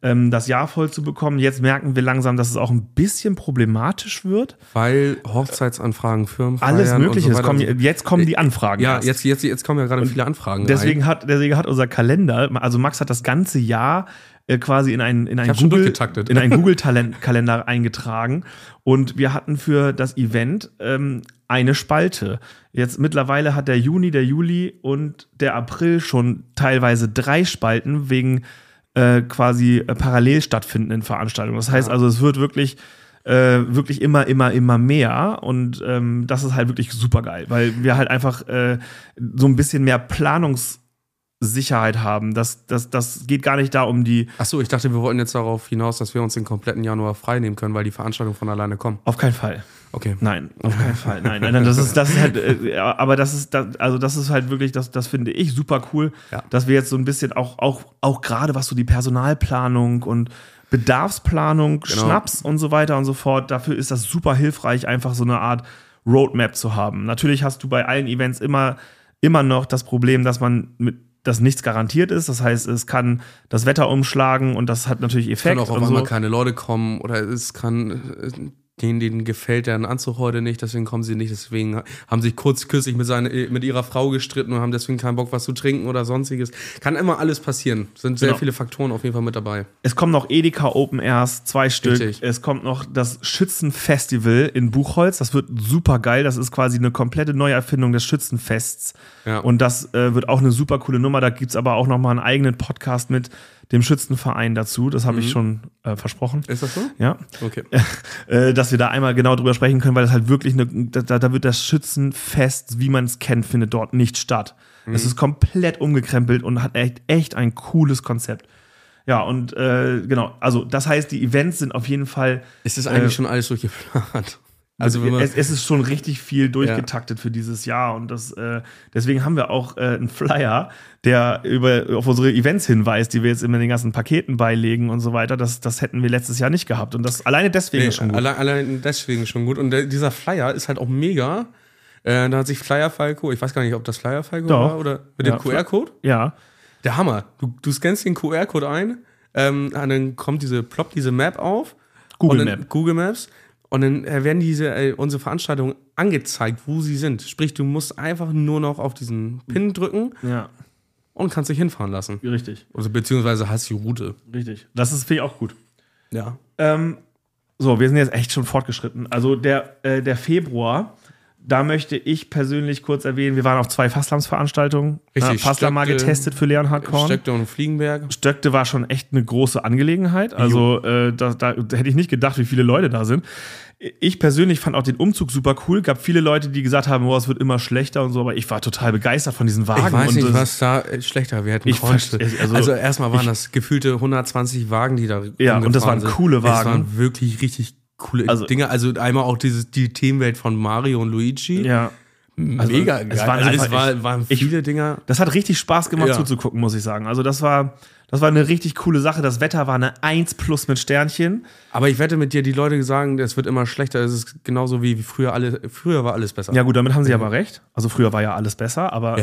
ähm, das Jahr voll zu bekommen. Jetzt merken wir langsam, dass es auch ein bisschen problematisch wird.
Weil Hochzeitsanfragen, Firmenfeiern
Alles Mögliche.
und so
kommen, jetzt kommen die Anfragen.
Ja,
erst.
jetzt, jetzt, jetzt kommen ja gerade viele Anfragen
Deswegen
rein.
hat, deswegen hat unser Kalender, also Max hat das ganze Jahr äh, quasi in einen, in einen
schon
Google,
durchgetaktet.
in einen Google-Kalender eingetragen. Und wir hatten für das Event ähm, eine Spalte. Jetzt mittlerweile hat der Juni, der Juli und der April schon teilweise drei Spalten wegen äh, quasi äh, parallel stattfindenden Veranstaltungen. Das heißt
Ja.
also, es wird wirklich äh, wirklich immer, immer, immer mehr und ähm, das ist halt wirklich super geil, weil wir halt einfach äh, so ein bisschen mehr Planungssicherheit haben. Das, das, das geht gar nicht da um die.
Achso, ich dachte, wir wollten jetzt darauf hinaus, dass wir uns den kompletten Januar frei nehmen können, weil die Veranstaltungen von alleine kommen.
Auf keinen Fall.
Okay.
Nein, auf keinen Fall. Nein, nein, nein, das ist, das ist halt, äh, aber das ist, das, also das ist halt wirklich, das, das finde ich super cool,
Ja.
dass wir jetzt so ein bisschen auch, auch, auch gerade was so die Personalplanung und Bedarfsplanung,
Genau.
Schnaps und so weiter und so fort, dafür ist das super hilfreich, einfach so eine Art Roadmap zu haben. Natürlich hast du bei allen Events immer, immer noch das Problem, dass man mit dass nichts garantiert ist. Das heißt, es kann das Wetter umschlagen und das hat natürlich Effekt.
Können auch auf
und
einmal
so.
keine Leute kommen oder es kann äh, denen, denen gefällt deren Anzug heute nicht, deswegen kommen sie nicht, deswegen haben sich kurz kürzlich mit, seine, mit ihrer Frau gestritten und haben deswegen keinen Bock, was zu trinken oder sonstiges. Kann immer alles passieren. Sind sehr
Genau.
viele Faktoren auf jeden Fall mit dabei.
Es kommen noch Edeka Open Airs, zwei Stück.
Richtig.
Es kommt noch das Schützenfestival in Buchholz. Das wird super geil. Das ist quasi eine komplette Neuerfindung des Schützenfests.
Ja.
Und das äh, wird auch eine super coole Nummer. Da gibt es aber auch noch mal einen eigenen Podcast mit dem Schützenverein dazu. Das habe ich schon äh, versprochen.
Ist das so?
Ja.
Okay.
Äh, dass wir da einmal genau drüber sprechen können, weil das halt wirklich eine, da, da wird das Schützenfest, wie man es kennt, findet dort nicht statt. Es ist komplett umgekrempelt und hat echt, echt ein cooles Konzept. Ja, und äh, genau, also das heißt, die Events sind auf jeden Fall.
Ist das eigentlich
Äh,
schon alles durchgeplant? Also wenn man,
es, es ist schon richtig viel durchgetaktet für dieses Jahr und das äh, deswegen haben wir auch äh, einen Flyer, der über auf unsere Events hinweist, die wir jetzt immer in den ganzen Paketen beilegen und so weiter. Das, das hätten wir letztes Jahr nicht gehabt und das alleine deswegen
nee,
ist schon gut.
Allein, allein deswegen schon gut. Und der, dieser Flyer ist halt auch mega. Äh, da hat sich Flyer Falco, ich weiß gar nicht, ob das Flyer Falco
Doch.
war oder mit
Ja,
dem Q R-Code.
Ja,
Der Hammer. Du, du scannst den Q R-Code ein, ähm, und dann kommt diese, ploppt diese Map auf.
Google
und dann,
Map.
Google Maps. Und dann äh, werden diese, äh, unsere Veranstaltungen angezeigt, wo sie sind. Sprich, du musst einfach nur noch auf diesen Pin drücken
ja,
und kannst dich hinfahren lassen.
richtig,
Also, beziehungsweise hast die Route.
richtig. Das ist finde ich auch gut.
Ja.
Ähm, so, wir sind jetzt echt schon fortgeschritten. Also der, äh, der Februar, da möchte ich persönlich kurz erwähnen, wir waren auf zwei Fasslams-Veranstaltungen.
Richtig,
Ja, Fasslam mal
Stöckte-
getestet für Leonhard Korn.
Stöckte und Fliegenberg.
Stöckte war schon echt eine große Angelegenheit. Also äh, da, da hätte ich nicht gedacht, wie viele Leute da sind. Ich persönlich fand auch den Umzug super cool. Gab viele Leute, die gesagt haben, oh, es wird immer schlechter und so, aber ich war total begeistert von diesen Wagen.
Ich weiß
und
nicht,
das,
was da äh, schlechter werden
Ich
konnte.
verste-
Also,
also,
erstmal waren
ich-
das gefühlte hundertzwanzig Wagen, die da
Ja, und das
rumgefahren
waren
sind.
coole Wagen.
Das waren wirklich richtig coole
Also-
Dinge. Also einmal auch dieses, die Themenwelt von Mario und Luigi.
ja. Also,
Mega
es
geil.
waren
Also,
einfach
es war,
echt-
waren
ich-
viele Dinger.
Das hat richtig Spaß gemacht
Ja.
zuzugucken, muss ich sagen. Also das war, das war eine richtig coole Sache. Das Wetter war eine eins plus mit Sternchen.
Aber ich wette mit dir, die Leute sagen, es wird immer schlechter. Es ist genauso wie wie früher alle. Früher war alles besser.
Ja gut, damit haben sie aber recht. Also früher war ja alles besser, aber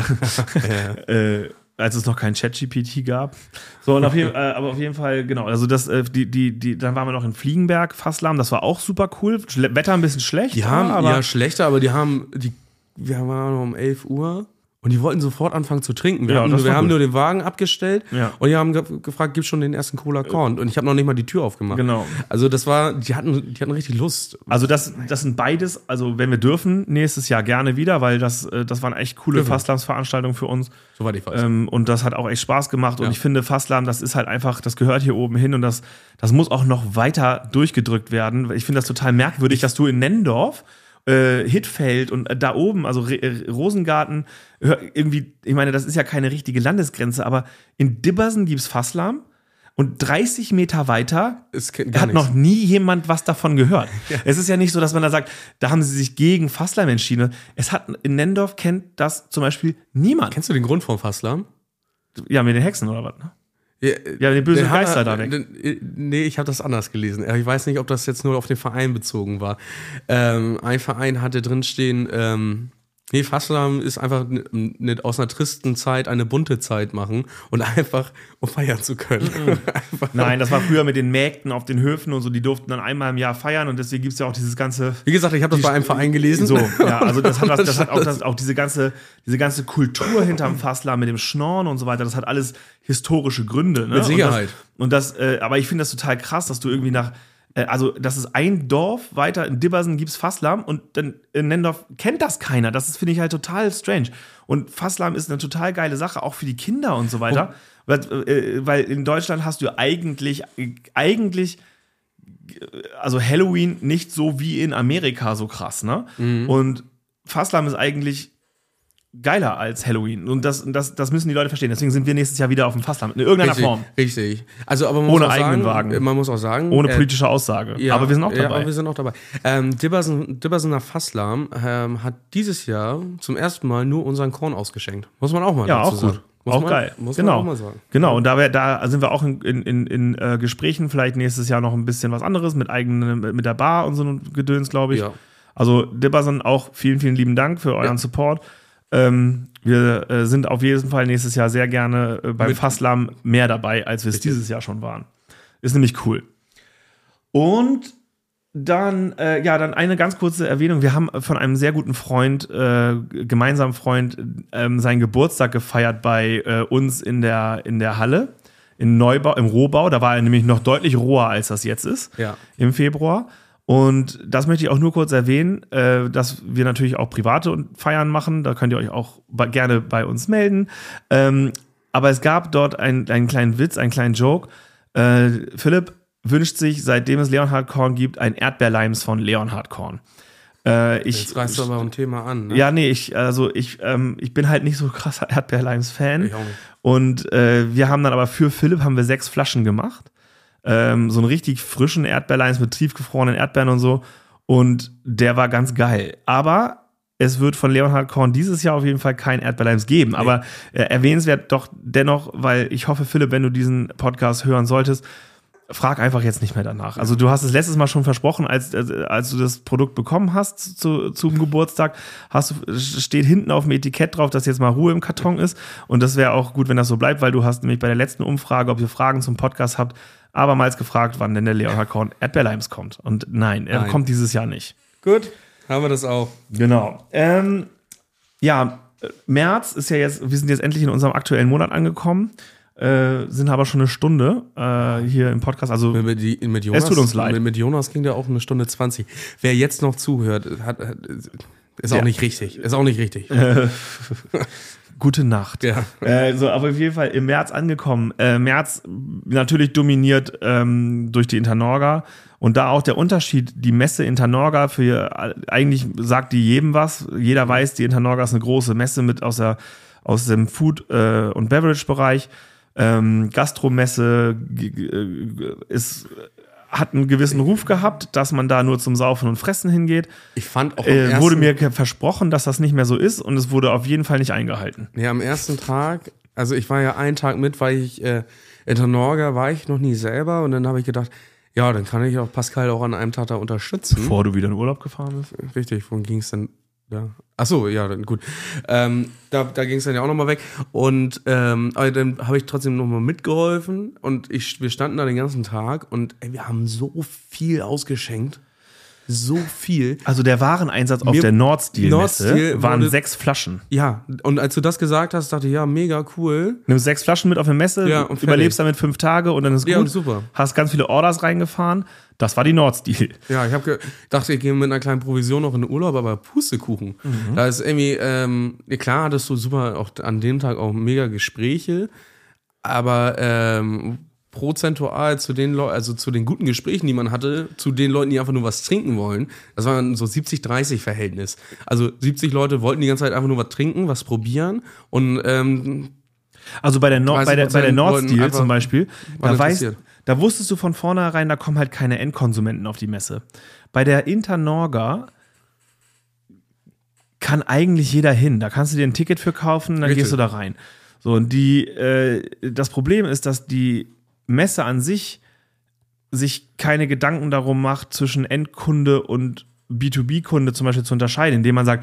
Ja.
äh, als es noch kein ChatGPT gab. So, und auf jeden, äh, aber auf jeden Fall, genau. Also das, äh, die, die, die, dann waren wir noch in Fliegenberg, Fasslam, das war auch super cool. Schle- Wetter ein bisschen schlecht.
Die haben,
aber
ja, schlechter, aber die haben, die, wir waren noch um elf Uhr und die wollten sofort anfangen zu trinken. Wir,
Ja,
haben,
das
nur, wir
war
haben
gut.
nur den Wagen abgestellt
Ja.
und die haben ge gefragt, gib schon den ersten Cola Korn. Und ich habe noch nicht mal die Tür aufgemacht.
Genau.
Also das war, die hatten, die hatten richtig Lust.
Also das, das sind beides, also wenn wir dürfen, nächstes Jahr gerne wieder, weil das, äh, das waren echt coole
Dürfen.
Fasslams-Veranstaltungen für uns.
Soweit ich weiß.
Ähm, und das hat auch echt Spaß gemacht. Und
Ja.
ich finde, Fasslam, das ist halt einfach, das gehört hier oben hin und das, das muss auch noch weiter durchgedrückt werden. Ich finde das total merkwürdig, dass du in Nennendorf, äh, Hittfeld und äh, da oben, also Re äh, Rosengarten, hör, irgendwie, ich meine, das ist ja keine richtige Landesgrenze, aber in Dibbersen gibt's Fasslam und dreißig Meter weiter
Es kennt gar
hat
nichts.
noch nie jemand was davon gehört. Es ist ja nicht so, dass man da sagt, da haben sie sich gegen Fasslam entschieden. Es hat, in Nennendorf kennt das zum Beispiel niemand.
Kennst du den Grund vom Fasslam?
Ja, mit den Hexen oder was? Ne?
Ja,
Ja, die bösen
den hat
Geister
er-
da weg.
den- Nee, ich habe das anders gelesen. Ich weiß nicht, ob das jetzt nur auf den Verein bezogen war. Ähm, ein Verein hatte drinstehen, ähm, Nee, Fasslam ist einfach nicht aus einer tristen Zeit eine bunte Zeit machen und einfach, um feiern zu können.
Mhm. Nein, das war früher mit den Mägden auf den Höfen und so, die durften dann einmal im Jahr feiern und deswegen gibt es ja auch dieses ganze...
Wie gesagt, ich habe das bei einem Verein gelesen.
So, ja, also das hat, das, das hat auch, das, auch diese ganze, diese ganze Kultur hinterm Fasslam mit dem Schnorren und so weiter, das hat alles historische Gründe. Ne?
Mit Sicherheit.
Und das, und das äh, aber ich finde das total krass, dass du irgendwie nach... Also, das ist ein Dorf weiter in Dibbersen gibt es Fasslam und dann in Nendorf kennt das keiner. Das finde ich halt total strange. Und Fasslam ist eine total geile Sache, auch für die Kinder und so weiter. Oh. Weil, äh, weil in Deutschland hast du eigentlich, eigentlich, also Halloween nicht so wie in Amerika so krass, ne? Mhm. Und Fasslam ist eigentlich geiler als Halloween. Und das, das, das müssen die Leute verstehen. Deswegen sind wir nächstes Jahr wieder auf dem Fasslam. In irgendeiner
richtig,
Form.
Richtig. Also, aber man
ohne
muss auch
eigenen
sagen,
Wagen.
Man muss auch sagen.
Ohne politische Aussage.
Ja,
aber wir sind auch dabei.
Ja, aber wir sind auch dabei. Ähm, Dibbersen, Dibbersener Fasslam ähm, hat dieses Jahr zum ersten Mal nur unseren Korn ausgeschenkt. Muss man auch mal
ja,
dazu
auch
sagen.
gut.
Muss
auch
man,
geil.
Muss
genau.
man auch mal sagen.
Genau, und da, wär, da sind wir auch in, in, in, in äh, Gesprächen, vielleicht nächstes Jahr noch ein bisschen was anderes mit eigenen, mit der Bar und so ein Gedöns, glaube ich.
Ja.
Also Dibbersen, auch vielen, vielen lieben Dank für euren ja. Support. Ähm, wir äh, sind auf jeden Fall nächstes Jahr sehr gerne äh, beim Fasslam mehr dabei, als wir es dieses Jahr schon waren. Ist nämlich cool. Und dann, äh, ja, dann eine ganz kurze Erwähnung. Wir haben von einem sehr guten Freund, äh, gemeinsamen Freund, ähm, seinen Geburtstag gefeiert bei äh, uns in der, in der Halle, in Neubau, im Rohbau. Da war er nämlich noch deutlich roher, als das jetzt ist,
ja.
im Februar. Und das möchte ich auch nur kurz erwähnen, äh, dass wir natürlich auch private Feiern machen. Da könnt ihr euch auch bei, gerne bei uns melden. Ähm, aber es gab dort ein, einen kleinen Witz, einen kleinen Joke. Äh, Philipp wünscht sich, seitdem es Leonhard Korn gibt, ein Erdbeerleims von Leonhard Korn. Äh, ich,
Jetzt reißt du aber ein Thema an, ne?
Ja, nee, ich, also ich, ähm, ich bin halt nicht so krasser Erdbeerleims-Fan.
Ich auch nicht.
Und äh, wir haben dann aber für Philipp haben wir sechs Flaschen gemacht. Ähm, so einen richtig frischen Erdbeerleims mit tiefgefrorenen Erdbeeren und so. Und der war ganz geil. Aber es wird von Leonhard Korn dieses Jahr auf jeden Fall kein Erdbeerleims geben. Nee. Aber äh, erwähnenswert doch dennoch, weil ich hoffe, Philipp, wenn du diesen Podcast hören solltest, frag einfach jetzt nicht mehr danach. Also du hast es letztes Mal schon versprochen, als, als du das Produkt bekommen hast zu, zum Geburtstag, hast du, steht hinten auf dem Etikett drauf, dass jetzt mal Ruhe im Karton ist. Und das wäre auch gut, wenn das so bleibt, weil du hast nämlich bei der letzten Umfrage, ob ihr Fragen zum Podcast habt, abermals gefragt, wann denn der Leonhard Korn Erdbeerleims kommt. Und nein, er nein. kommt dieses Jahr nicht.
Gut, haben wir das auch.
Genau. Ähm, ja, März ist ja jetzt, wir sind jetzt endlich in unserem aktuellen Monat angekommen. Äh, sind aber schon eine Stunde äh, hier im Podcast. Also
mit, mit, mit Jonas,
es tut uns leid.
Mit, mit Jonas ging der auch eine Stunde zwanzig. Wer jetzt noch zuhört, hat, hat, ist auch ja. nicht richtig. Ist auch nicht richtig.
Äh, gute Nacht.
Ja.
Äh, so, aber auf jeden Fall im März angekommen. Äh, März natürlich dominiert ähm, durch die Internorga. Und da auch der Unterschied, die Messe Internorga, für eigentlich sagt die jedem was. Jeder weiß, die Internorga ist eine große Messe mit aus, der, aus dem Food- äh, und Beverage-Bereich. Ähm, Gastromesse ist, hat einen gewissen Ruf gehabt, dass man da nur zum Saufen und Fressen hingeht.
Ich fand auch
äh, wurde mir versprochen, dass das nicht mehr so ist und es wurde auf jeden Fall nicht eingehalten.
Ja, am ersten Tag, also ich war ja einen Tag mit, weil ich äh, Internorga war ich noch nie selber und dann habe ich gedacht, ja, dann kann ich auch Pascal auch an einem Tag da unterstützen.
Bevor du wieder in Urlaub gefahren bist?
Richtig, wohin ging es denn? Ja. Ach so, ja, dann gut. Ähm, da da ging es dann ja auch nochmal weg. Und ähm, aber dann habe ich trotzdem nochmal mitgeholfen. Und ich, wir standen da den ganzen Tag und ey, wir haben so viel ausgeschenkt. So viel.
Also der Wareneinsatz auf
Mir,
der Nordstil-Messe
Nordstil
waren
wurde,
sechs Flaschen.
Ja, und als du das gesagt hast, dachte ich, ja, mega cool.
Nimmst sechs Flaschen mit auf eine Messe,
ja, und
überlebst damit fünf Tage und dann ist gut.
Ja, und super.
Hast ganz viele Orders reingefahren. Das war die Nordstil.
Ja, ich habe gedacht, ich gehe mit einer kleinen Provision noch in den Urlaub, aber Pustekuchen. Mhm. Da ist irgendwie, ähm, klar hattest du super auch an dem Tag auch mega Gespräche, aber ähm, prozentual zu den Leuten, also zu den guten Gesprächen, die man hatte, zu den Leuten, die einfach nur was trinken wollen, das war so siebzig dreißig Verhältnis. Also siebzig Leute wollten die ganze Zeit einfach nur was trinken, was probieren und ähm,
also bei der, Nord, bei der, bei der Nordstil zum Beispiel, da, weißt, da wusstest du von vornherein, da kommen halt keine Endkonsumenten auf die Messe. Bei der Internorga kann eigentlich jeder hin. Da kannst du dir ein Ticket für kaufen, dann
Richtig.
Gehst du da rein. So, und die, äh, das Problem ist, dass die Messe an sich sich keine Gedanken darum macht, zwischen Endkunde und B zwei B-Kunde zum Beispiel zu unterscheiden, indem man sagt,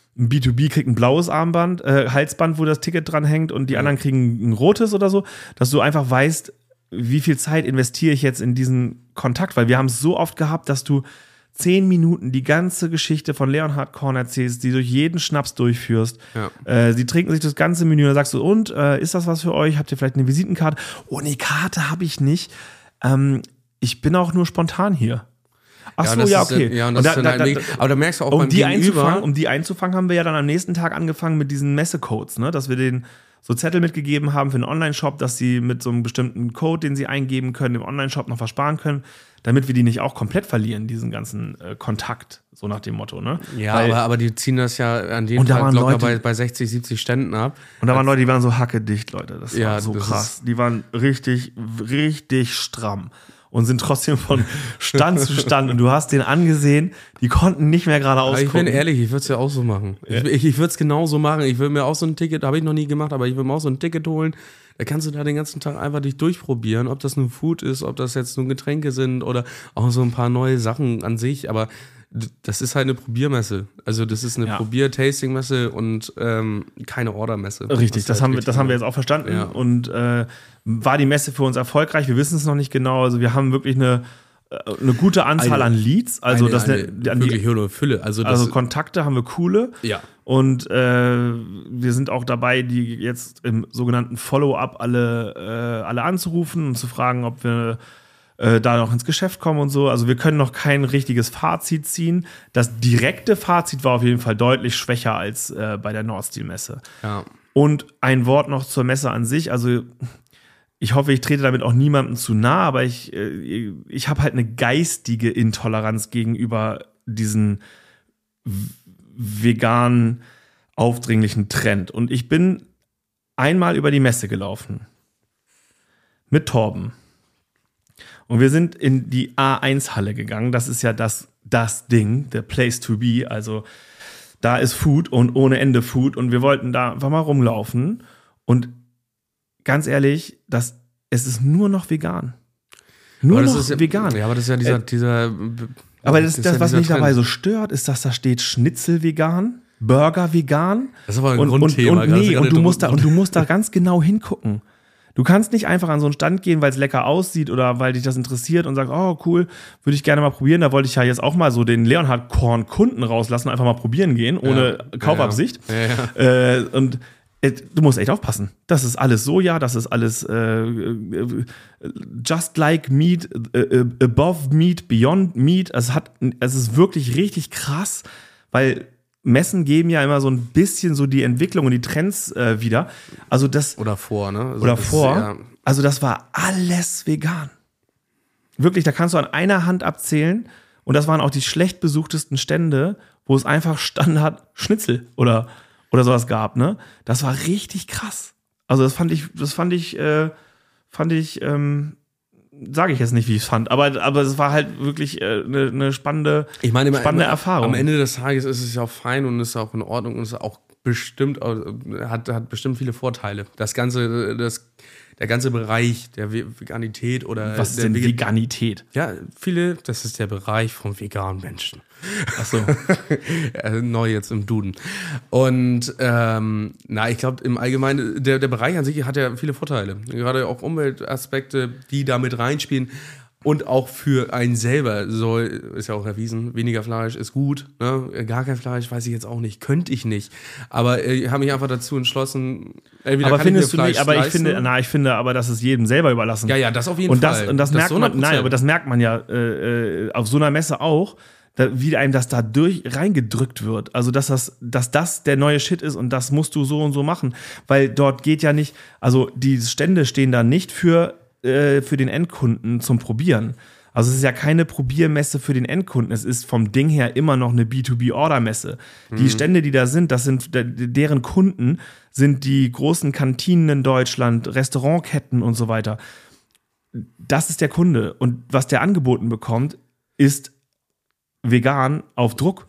ein B zwei B kriegt ein blaues Armband, äh, Halsband, wo das Ticket dran hängt und die
ja.
anderen kriegen ein rotes oder so, dass du einfach weißt, wie viel Zeit investiere ich jetzt in diesen Kontakt, weil wir haben es so oft gehabt, dass du zehn Minuten die ganze Geschichte von Leonhard Korn erzählst, die durch jeden Schnaps durchführst. Ja. Äh, sie trinken sich das ganze Menü und dann sagst du, und, äh, ist das was für euch? Habt ihr vielleicht eine Visitenkarte? Oh, nee, Karte habe ich nicht. Ähm, ich bin auch nur spontan hier. Ach
ja,
so, ja,
ist,
okay.
Ja, und das und da, ist dann halt da, da, aber da merkst du auch
um
beim
die
Gegenüber.
Einzufangen, um die einzufangen, haben wir ja dann am nächsten Tag angefangen mit diesen Messecodes, ne? Dass wir den so Zettel mitgegeben haben für einen Online-Shop, dass sie mit so einem bestimmten Code, den sie eingeben können, im Online-Shop noch was sparen können, damit wir die nicht auch komplett verlieren, diesen ganzen äh, Kontakt, so nach dem Motto, ne?
Ja,
Weil,
aber, aber die ziehen das ja an jedem Tag locker Leute, bei, bei sechzig, siebzig Ständen ab.
Und da waren Leute, die waren so hackedicht, Leute. Das
ja,
war so
das
krass. Die waren richtig, richtig stramm. Und sind trotzdem von Stand zu Stand. Und du hast den angesehen, die konnten nicht mehr geradeaus gucken.
Ich bin ehrlich, ich würde es ja auch so machen. Ja. Ich, ich, ich würde es genauso machen. Ich will mir auch so ein Ticket, habe ich noch nie gemacht, aber ich will mir auch so ein Ticket holen. Da kannst du da den ganzen Tag einfach dich durchprobieren, ob das nur Food ist, ob das jetzt nur Getränke sind oder auch so ein paar neue Sachen an sich. Aber das ist halt eine Probiermesse. Also das ist eine ja. Probier-Tasting-Messe und ähm, keine Order-Messe.
Richtig, das,
halt
haben, wir, das haben wir jetzt auch verstanden. Ja. Und äh, war die Messe für uns erfolgreich? Wir wissen es noch nicht genau. Also wir haben wirklich eine, eine gute Anzahl
eine,
an Leads. Also
eine,
das
eine,
eine,
an wirklich die, Fülle. Also, das
also Kontakte haben wir coole.
Ja.
Und äh, wir sind auch dabei, die jetzt im sogenannten Follow-up alle, äh, alle anzurufen und zu fragen, ob wir da noch ins Geschäft kommen und so. Also wir können noch kein richtiges Fazit ziehen. Das direkte Fazit war auf jeden Fall deutlich schwächer als äh, bei der Nordstil-Messe.
Ja.
Und ein Wort noch zur Messe an sich. Also ich hoffe, ich trete damit auch niemandem zu nah, aber ich, äh, ich habe halt eine geistige Intoleranz gegenüber diesen veganen, aufdringlichen Trend. Und ich bin einmal über die Messe gelaufen. Mit Torben. Und wir sind in die A eins Halle gegangen. Das ist ja das, das Ding, the place to be. Also da ist Food und ohne Ende Food. Und wir wollten da einfach mal rumlaufen. Und ganz ehrlich, das, es ist nur noch vegan. Nur noch
ist ja,
vegan.
Ja, aber das ist ja dieser... Äh, dieser
aber das, das, das ja was mich Trend. dabei so stört, ist, dass da steht Schnitzel vegan, Burger vegan.
Das ist aber ein
und,
Grundthema.
Und, und, nee, und, du musst da, und du musst da ganz genau hingucken. Du kannst nicht einfach an so einen Stand gehen, weil es lecker aussieht oder weil dich das interessiert und sagst, oh cool, würde ich gerne mal probieren. Da wollte ich ja jetzt auch mal so den Leonhard Korn Kunden rauslassen, einfach mal probieren gehen, ohne ja, Kaufabsicht. Ja, ja. Ja, ja. Äh, und äh, du musst echt aufpassen. Das ist alles Soja, das ist alles äh, just like meat, äh, above meat, beyond meat. Es hat, es ist wirklich richtig krass, weil Messen geben ja immer so ein bisschen so die Entwicklung und die Trends äh, wieder. Also das
oder vor, ne? Also
oder vor. Ja. Also das war alles vegan. Wirklich, da kannst du an einer Hand abzählen. Und das waren auch die schlecht besuchtesten Stände, wo es einfach Standard Schnitzel oder, oder sowas gab. Ne? Das war richtig krass. Also das fand ich, das fand ich, äh, fand ich, ähm, sage ich jetzt nicht, wie ich es fand, aber, aber es war halt wirklich eine äh, ne spannende,
ich meine,
spannende
am,
Erfahrung.
Am Ende des Tages ist es ja auch fein und ist auch in Ordnung und ist auch bestimmt, hat, hat bestimmt viele Vorteile. Das ganze, das, der ganze Bereich der Veganität oder
was ist
der
denn
Vegan-
Veganität?
Ja, viele, das ist der Bereich von veganen Menschen.
Ach so.
Neu jetzt im Duden. Und ähm, na, ich glaube im Allgemeinen, der, der Bereich an sich hat ja viele Vorteile. Gerade auch Umweltaspekte, die da mit reinspielen. Und auch für einen selber soll, ist ja auch erwiesen, weniger Fleisch ist gut. Ne? Gar kein Fleisch, weiß ich jetzt auch nicht. Könnte ich nicht. Aber ich äh, habe mich einfach dazu entschlossen, entweder
aber
kann
findest
ich mir
du
Fleisch
nicht, aber ich
leisten.
finde, na, ich finde aber, das ist jedem selber überlassen.
Ja, ja, das auf jeden
und das,
Fall.
Und das,
das
merkt man,
hundert Prozent.
nein, aber das merkt man ja äh, auf so einer Messe auch, da, wie einem das da durch reingedrückt wird. Also, dass das, dass das der neue Shit ist und das musst du so und so machen. Weil dort geht ja nicht, also die Stände stehen da nicht für, äh, für den Endkunden zum Probieren. Also es ist ja keine Probiermesse für den Endkunden. Es ist vom Ding her immer noch eine B zwei B-Order-Messe. Mhm. Die Stände, die da sind, das sind deren Kunden, sind die großen Kantinen in Deutschland, Restaurantketten und so weiter. Das ist der Kunde. Und was der angeboten bekommt, ist vegan auf Druck.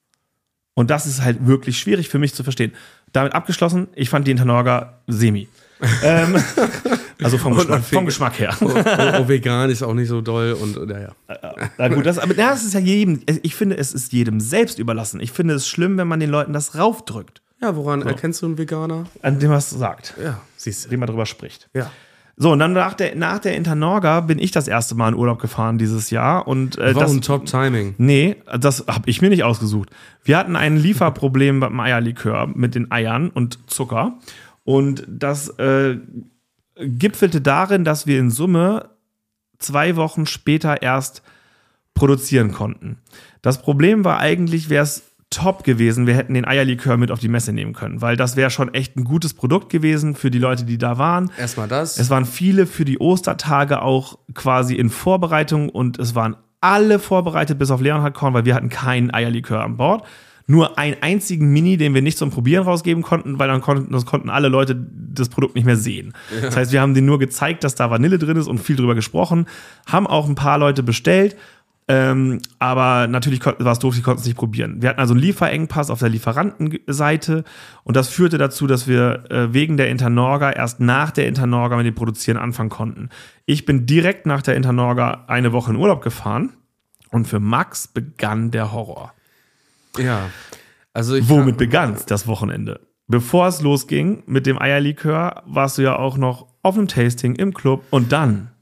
Und das ist halt wirklich schwierig für mich zu verstehen. Damit abgeschlossen, ich fand die Internorga semi. ähm, also vom Geschmack, vom Geschmack her.
Oh, oh, oh, vegan ist auch nicht so doll und naja.
Na gut, das, aber das ist ja jedem, ich finde, es ist jedem selbst überlassen. Ich finde es schlimm, wenn man den Leuten das raufdrückt.
Ja, woran
so.
erkennst du einen Veganer?
An dem, was er sagt.
Ja, siehst du.
Dem man drüber spricht.
Ja.
So, und dann nach der, nach der Internorga bin ich das erste Mal in Urlaub gefahren dieses Jahr. Und, äh,
War
das
ein Top-Timing.
Nee, das habe ich mir nicht ausgesucht. Wir hatten ein Lieferproblem beim Eierlikör mit den Eiern und Zucker. Und das äh, gipfelte darin, dass wir in Summe zwei Wochen später erst produzieren konnten. Das Problem war eigentlich, wäre es top gewesen, wir hätten den Eierlikör mit auf die Messe nehmen können, weil das wäre schon echt ein gutes Produkt gewesen für die Leute, die da waren.
Erstmal das.
Es waren viele für die Ostertage auch quasi in Vorbereitung und es waren alle vorbereitet, bis auf Leonhard Korn, weil wir hatten keinen Eierlikör an Bord. Nur einen einzigen Mini, den wir nicht zum Probieren rausgeben konnten, weil dann konnten, das konnten alle Leute das Produkt nicht mehr sehen. Ja. Das heißt, wir haben denen nur gezeigt, dass da Vanille drin ist und viel drüber gesprochen, haben auch ein paar Leute bestellt. Ähm, aber natürlich war es doof, die konnten es nicht probieren. Wir hatten also einen Lieferengpass auf der Lieferantenseite und das führte dazu, dass wir äh, wegen der Internorga erst nach der Internorga mit dem Produzieren anfangen konnten. Ich bin direkt nach der Internorga eine Woche in Urlaub gefahren und für Max begann der Horror.
Ja. Also ich
Womit begann es das Wochenende? Bevor es losging mit dem Eierlikör, warst du ja auch noch auf einem Tasting im Club und dann...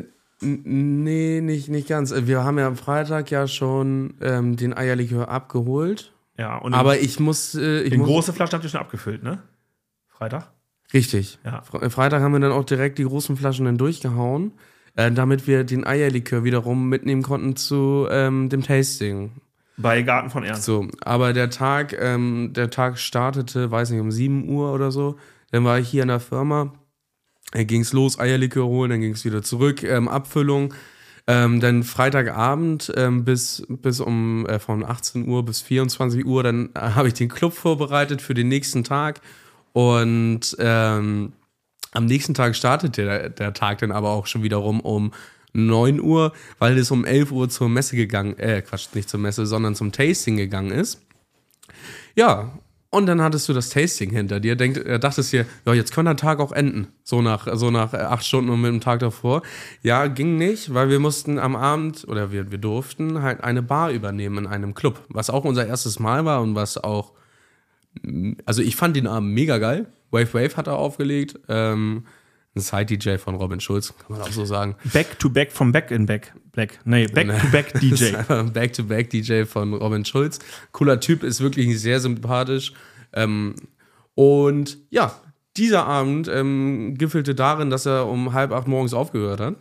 Nee, nicht, nicht ganz. Wir haben ja am Freitag ja schon ähm, den Eierlikör abgeholt.
Ja, und
aber ich muss. Äh, ich
den
muss
große Flaschen habt ihr schon abgefüllt, ne? Freitag?
Richtig.
Ja.
Freitag haben wir dann auch direkt die großen Flaschen dann durchgehauen, äh, damit wir den Eierlikör wiederum mitnehmen konnten zu ähm, dem Tasting.
Bei Garten von Ernst.
So, aber der Tag, ähm, der Tag startete, weiß nicht, um sieben Uhr oder so. Dann war ich hier in der Firma. Dann ging es los, Eierlikör holen, dann ging es wieder zurück, ähm, Abfüllung. Ähm, dann Freitagabend ähm, bis, bis um äh, von achtzehn Uhr bis vierundzwanzig Uhr, dann äh, habe ich den Club vorbereitet für den nächsten Tag. Und ähm, am nächsten Tag startete der, der Tag dann aber auch schon wiederum um neun Uhr, weil es um elf Uhr zur Messe gegangen, äh, Quatsch, nicht zur Messe, sondern zum Tasting gegangen ist. Ja, und dann hattest du das Tasting hinter dir, Denk, äh, dachtest dir, ja, jetzt kann der Tag auch enden, so nach, so nach äh, acht Stunden und mit dem Tag davor. Ja, ging nicht, weil wir mussten am Abend, oder wir, wir durften halt eine Bar übernehmen in einem Club, was auch unser erstes Mal war und was auch, also ich fand den Abend mega geil. Wave Wave hat er aufgelegt, ähm, ein Side-D J von Robin Schulz, kann man auch so sagen.
Back to Back vom Back in Back. Black. Nee, Back to Back D J.
Back to Back D J von Robin Schulz. Cooler Typ, ist wirklich sehr sympathisch. Ähm, und ja, dieser Abend ähm, gipfelte darin, dass er um halb acht morgens aufgehört hat.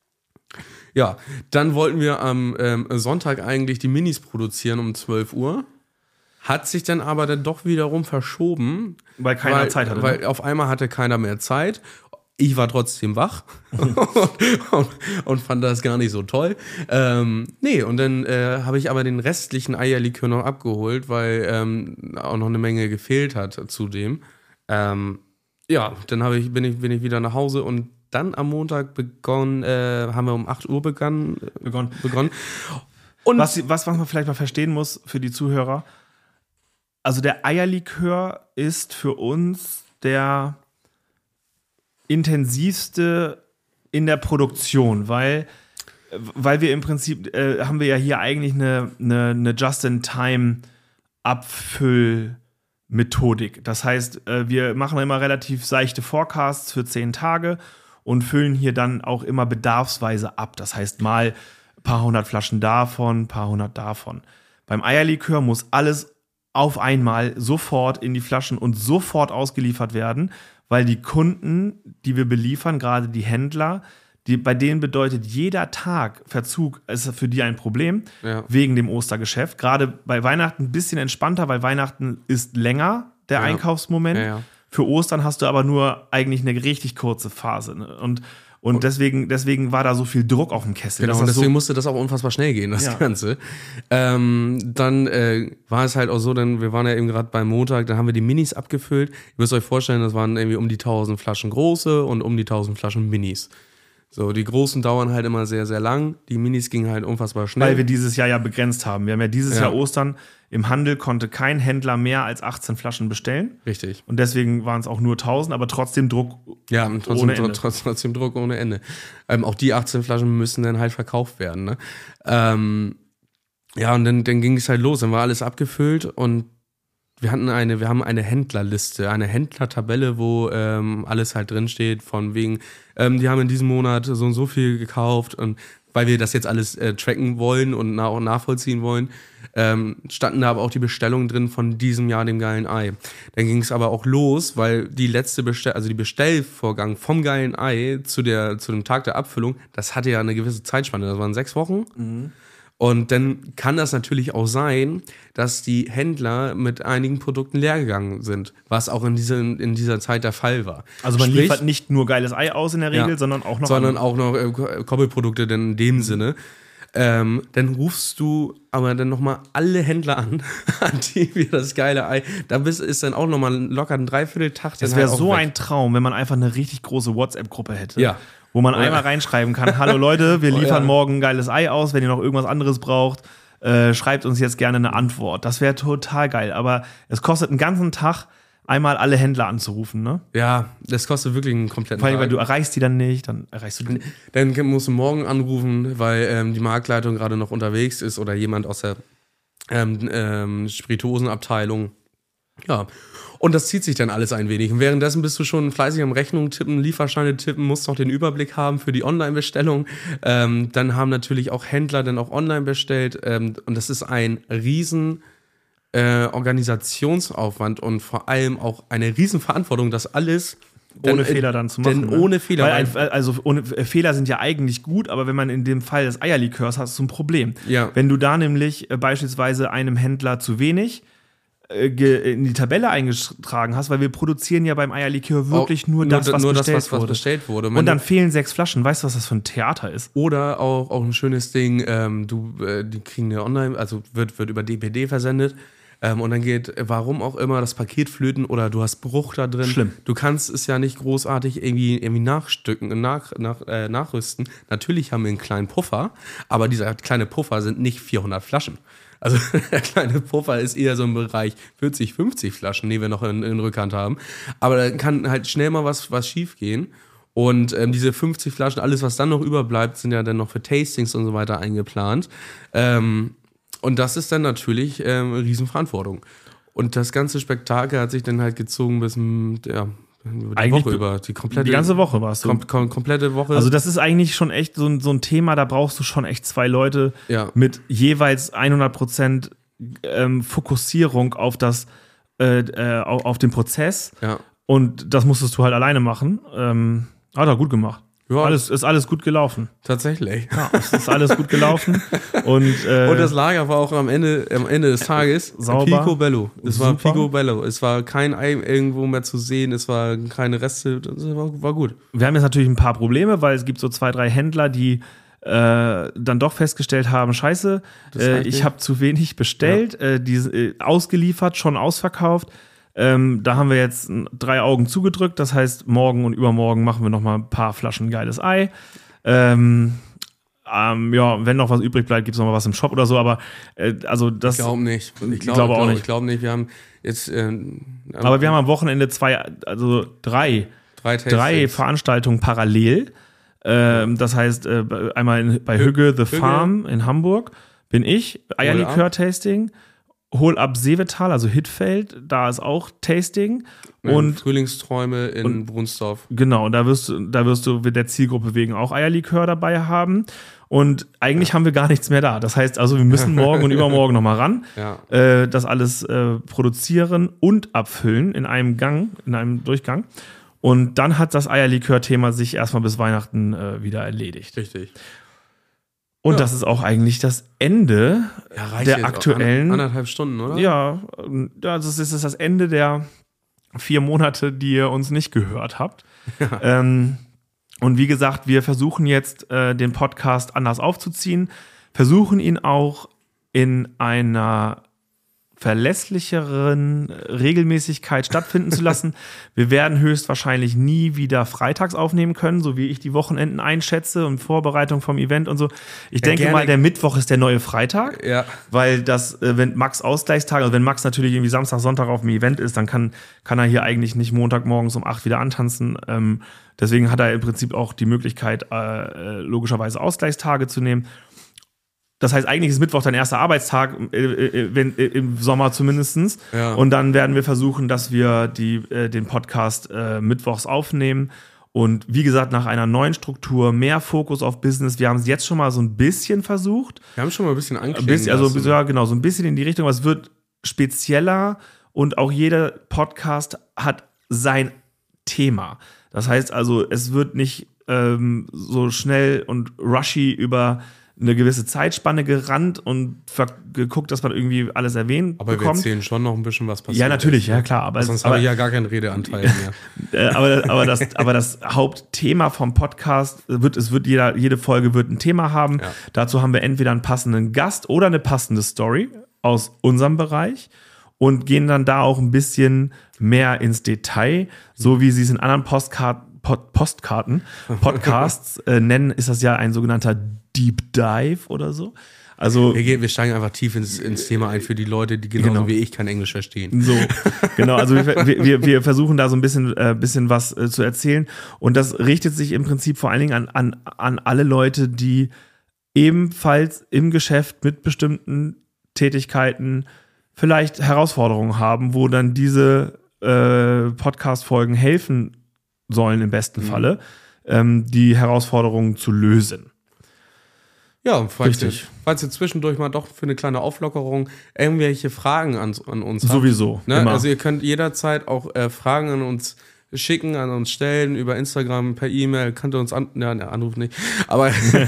Ja, dann wollten wir am ähm, Sonntag eigentlich die Minis produzieren um zwölf Uhr. Hat sich dann aber dann doch wiederum verschoben.
Weil keiner
weil,
Zeit hatte.
Weil
ne?
auf einmal hatte keiner mehr Zeit. Ich war trotzdem wach und, und, und fand das gar nicht so toll. Ähm, nee, und dann äh, habe ich aber den restlichen Eierlikör noch abgeholt, weil ähm, auch noch eine Menge gefehlt hat zudem. Ähm, ja, dann hab ich, bin, ich, bin ich wieder nach Hause und dann am Montag begonnen, äh, haben wir um acht Uhr begonnen.
begonnen.
begonnen. Und
was, was man vielleicht mal verstehen muss für die Zuhörer, also der Eierlikör ist für uns der intensivste in der Produktion, weil, weil wir im Prinzip, äh, haben wir ja hier eigentlich eine, eine, eine Just-in-Time-Abfüllmethodik. Das heißt, äh, wir machen immer relativ seichte Forecasts für zehn Tage und füllen hier dann auch immer bedarfsweise ab. Das heißt, mal ein paar hundert Flaschen davon, ein paar hundert davon. Beim Eierlikör muss alles auf einmal sofort in die Flaschen und sofort ausgeliefert werden, weil die Kunden, die wir beliefern, gerade die Händler, die, bei denen bedeutet jeder Tag Verzug ist für die ein Problem, ja. Wegen dem Ostergeschäft. Gerade bei Weihnachten ein bisschen entspannter, weil Weihnachten ist länger, der ja. Einkaufsmoment. Ja, ja. Für Ostern hast du aber nur eigentlich eine richtig kurze Phase. Ne? Und Und deswegen, deswegen war da so viel Druck auf dem Kessel.
Genau, und deswegen so musste das auch unfassbar schnell gehen, das ja. Ganze. Ähm, dann äh, war es halt auch so, denn wir waren ja eben gerade beim Montag, dann haben wir die Minis abgefüllt. Ihr müsst euch vorstellen, das waren irgendwie um die tausend Flaschen große und um die tausend Flaschen Minis. So, die großen dauern halt immer sehr, sehr lang. Die Minis gingen halt unfassbar schnell.
Weil wir dieses Jahr ja begrenzt haben. Wir haben ja dieses
Ja.
Jahr Ostern. Im Handel konnte kein Händler mehr als achtzehn Flaschen bestellen.
Richtig.
Und deswegen waren es auch nur tausend, aber trotzdem Druck
Ja, trotzdem,
ohne Ende.
trotzdem, trotzdem Druck ohne Ende. Ähm, auch die achtzehn Flaschen müssen dann halt verkauft werden. Ne? Ähm, ja, und dann, dann ging es halt los. Dann war alles abgefüllt und wir hatten eine, wir haben eine Händlerliste, eine Händlertabelle, wo ähm, alles halt drinsteht, von wegen, ähm, die haben in diesem Monat so und so viel gekauft und weil wir das jetzt alles äh, tracken wollen und na- auch nachvollziehen wollen, ähm, standen da aber auch die Bestellungen drin von diesem Jahr, dem geilen Ei. Dann ging es aber auch los, weil die letzte Bestell, also die Bestellvorgang vom geilen Ei zu der, zu dem Tag der Abfüllung, das hatte ja eine gewisse Zeitspanne, das waren sechs Wochen.
Mhm.
Und dann kann das natürlich auch sein, dass die Händler mit einigen Produkten leer gegangen sind, was auch in, diese, in dieser Zeit der Fall war.
Also man
Sprich,
liefert nicht nur geiles Ei aus in der Regel,
Ja.
sondern auch noch
sondern
andere.
auch noch äh, Koppelprodukte denn in dem Sinne. Ähm, dann rufst du aber dann nochmal alle Händler an, an die wir das geile Ei, da bist, ist dann auch nochmal locker ein Dreivierteltag.
Das wäre so ein Traum, wenn man einfach eine richtig große WhatsApp-Gruppe hätte.
Ja.
Wo man
Ja.
einmal reinschreiben kann, hallo Leute, wir liefern
Oh, ja.
morgen ein geiles Ei aus, wenn ihr noch irgendwas anderes braucht, äh, schreibt uns jetzt gerne eine Antwort. Das wäre total geil, aber es kostet einen ganzen Tag, einmal alle Händler anzurufen, ne?
Ja, das kostet wirklich einen kompletten
Vor allem, weil
Tag.
du erreichst die dann nicht, dann erreichst du die.
Dann musst du morgen anrufen, weil ähm, die Marktleitung gerade noch unterwegs ist oder jemand aus der ähm, ähm, Spirituosenabteilung. Ja, und das zieht sich dann alles ein wenig. Und währenddessen bist du schon fleißig am Rechnung tippen, Lieferscheine tippen, musst noch den Überblick haben für die Online-Bestellung. Ähm, dann haben natürlich auch Händler dann auch online bestellt. Ähm, und das ist ein riesen äh, Organisationsaufwand und vor allem auch eine riesen Verantwortung, das alles
Ohne
dann,
Fehler dann zu machen.
Denn
ne?
ohne Fehler.
Weil ein, also ohne, äh, Fehler sind ja eigentlich gut, aber wenn man in dem Fall des Eierlikörs hast, hast du ein Problem.
Ja.
Wenn du da nämlich äh, beispielsweise einem Händler zu wenig äh, ge- in die Tabelle eingetragen hast, weil wir produzieren ja beim Eierlikör wirklich nur, das, was
nur
bestellt
das, was, was
wurde.
bestellt wurde.
Und dann fehlen sechs Flaschen. Weißt du, was das für ein Theater ist?
Oder auch, auch ein schönes Ding, ähm, du, äh, die kriegen eine Online, also wird, wird über D P D versendet. Ähm, und dann geht, äh, warum auch immer, das Paket flöten oder du hast Bruch da drin.
Schlimm.
Du kannst es ja nicht großartig irgendwie, irgendwie nachstücken, nach, nach, äh, nachrüsten. Natürlich haben wir einen kleinen Puffer, aber dieser kleine Puffer sind nicht vierhundert Flaschen. Also der kleine Puffer ist eher so im Bereich vierzig, fünfzig Flaschen, die wir noch in, in Rückhand haben. Aber da kann halt schnell mal was, was schief gehen. Und ähm, diese fünfzig Flaschen, alles, was dann noch überbleibt, sind ja dann noch für Tastings und so weiter eingeplant. Ähm, und das ist dann natürlich ähm, eine Riesenverantwortung. Und das ganze Spektakel hat sich dann halt gezogen bis m, ja, die
Eigentlich
Woche über. Die komplette,
Die ganze Woche warst du.
kom kom komplette Woche.
Also das ist eigentlich schon echt so ein, so ein Thema, da brauchst du schon echt zwei Leute
Ja.
mit jeweils hundert Prozent ähm, Fokussierung auf das, äh, äh, auf, auf den Prozess.
ja.
Und das musstest du halt alleine machen. Ähm, hat er gut gemacht.
Ja.
Alles, ist alles gut gelaufen.
Tatsächlich.
Ja, es ist alles gut gelaufen. Und, äh,
Und das Lager war auch am Ende, am Ende des Tages
Sauber.
Picobello. Es war
Super.
Picobello. Es war kein Ei irgendwo mehr zu sehen. Es war keine Reste. Das war, war gut.
wir haben jetzt natürlich ein paar Probleme, weil es gibt so zwei, drei Händler, die äh, dann doch festgestellt haben, scheiße,
Das
äh,
reicht
ich
nicht.
habe zu wenig bestellt, äh, die, äh, ausgeliefert, schon ausverkauft. Ähm, da haben wir jetzt n- drei Augen zugedrückt. Das heißt, morgen und übermorgen machen wir noch mal ein paar Flaschen geiles Ei. Ähm, ähm, ja, wenn noch was übrig bleibt, gibt es noch mal was im Shop oder so. Aber äh, also das.
Ich glaube nicht. Ich
Ich
glaube
glaube auch
glaub,
nicht.
Ich glaube nicht. Wir haben jetzt äh,
aber wir haben am Wochenende zwei, also drei,
drei,
drei
Tastings.
Veranstaltungen parallel. Ähm, das heißt, äh, bei- einmal in, bei Hügge The
Hügge.
Farm in Hamburg bin ich, Eierlikör-Tasting. Hol ab Seevetal, also Hittfeld, da ist auch Tasting.
und
Und
Frühlingsträume in
und-
Brunsdorf.
genau, da wirst du, da wirst du mit der Zielgruppe wegen auch Eierlikör dabei haben. Und eigentlich haben wir gar nichts mehr da. Das heißt also, wir müssen morgen und übermorgen nochmal ran,
Ja.
äh, das alles äh, produzieren und abfüllen in einem Gang, in einem Durchgang. Und dann hat das Eierlikör-Thema sich erstmal bis Weihnachten äh, wieder erledigt.
Richtig.
Und
Ja.
das ist auch eigentlich das Ende
Ja, reicht
der
jetzt auch.
aktuellen.
An- Anderthalb Stunden, oder?
Ja, das ist das Ende der vier Monate, die ihr uns nicht gehört habt. Ähm, und wie gesagt, wir versuchen jetzt, äh, den Podcast anders aufzuziehen, versuchen ihn auch in einer verlässlicheren Regelmäßigkeit stattfinden zu lassen. Wir werden höchstwahrscheinlich nie wieder freitags aufnehmen können, so wie ich die Wochenenden einschätze und Vorbereitung vom Event und so. Ich ja, denke mal, der Mittwoch ist der neue Freitag,
ja.
weil das, wenn Max Ausgleichstag, also wenn Max natürlich irgendwie Samstag, Sonntag auf dem Event ist, dann kann, kann er hier eigentlich nicht Montagmorgens um acht wieder antanzen. Ähm, deswegen hat er im Prinzip auch die Möglichkeit, äh, logischerweise Ausgleichstage zu nehmen. Das heißt, eigentlich ist Mittwoch dein erster Arbeitstag, äh, wenn, äh, im Sommer zumindest.
Ja.
Und dann werden wir versuchen, dass wir die, äh, den Podcast äh, mittwochs aufnehmen. Und wie gesagt, nach einer neuen Struktur, mehr Fokus auf Business. Wir haben es jetzt schon mal so ein bisschen versucht.
Wir haben schon mal ein bisschen anklingen
bisschen, Also
lassen.
ja, genau, so ein bisschen in die Richtung. Aber es wird spezieller und auch jeder Podcast hat sein Thema. Das heißt also, es wird nicht ähm, so schnell und rushy über eine gewisse Zeitspanne gerannt und geguckt, dass man irgendwie alles erwähnt
aber
bekommt.
Aber wir erzählen schon noch ein bisschen, was passiert.
Ja, natürlich,
ist,
ja klar. Aber
sonst
aber,
habe ich ja gar keinen Redeanteil mehr.
aber, aber, das, aber das Hauptthema vom Podcast wird, es wird jeder, jede Folge wird ein Thema haben.
Ja.
Dazu haben wir entweder einen passenden Gast oder eine passende Story aus unserem Bereich und gehen dann da auch ein bisschen mehr ins Detail, so wie sie es in anderen Postkarten Pod- Postkarten, Podcasts äh, nennen, ist das ja ein sogenannter Deep Dive oder so. Also
wir, gehen, wir steigen einfach tief ins, ins Thema ein für die Leute, die genauso
genau.
wie ich kein Englisch verstehen.
So, genau. Also wir, wir, wir versuchen da so ein bisschen, äh, bisschen was äh, zu erzählen. Und das richtet sich im Prinzip vor allen Dingen an, an, an alle Leute, die ebenfalls im Geschäft mit bestimmten Tätigkeiten vielleicht Herausforderungen haben, wo dann diese äh, Podcast-Folgen helfen sollen im besten mhm. Falle, ähm, die Herausforderungen zu lösen.
Ja, und falls ihr,
Richtig.
falls ihr zwischendurch mal doch für eine kleine Auflockerung irgendwelche Fragen an, an uns habt.
Sowieso,
Ne?
immer.
Also ihr könnt jederzeit auch äh, Fragen an uns schicken, an uns stellen, über Instagram, per E-Mail, könnt ihr uns an, ja, ne, Anruf nicht, aber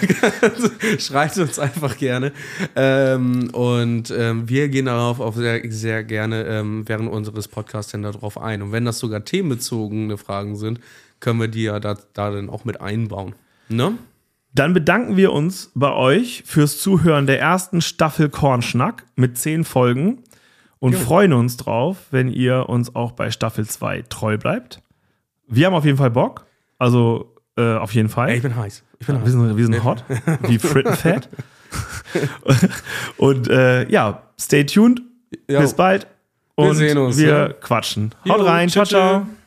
schreibt uns einfach gerne. Ähm, und ähm, wir gehen darauf auch sehr, sehr gerne ähm, während unseres Podcasts dann darauf ein. Und wenn das sogar themenbezogene Fragen sind, können wir die ja da, da dann auch mit einbauen. Ne?
Dann bedanken wir uns bei euch fürs Zuhören der ersten Staffel Kornschnack mit zehn Folgen und ja. freuen uns drauf, wenn ihr uns auch bei Staffel zwei treu bleibt. Wir haben auf jeden Fall Bock. Also äh, auf jeden Fall.
Ey, ich bin heiß. Ich bin
ja,
heiß.
Wir sind, wir sind hot. Wie Frittenfett. Und äh, ja, stay tuned.
Jo.
Bis bald. Und
wir sehen uns.
wir
ja.
quatschen. Haut
Jo,
rein. Ciao, ciao.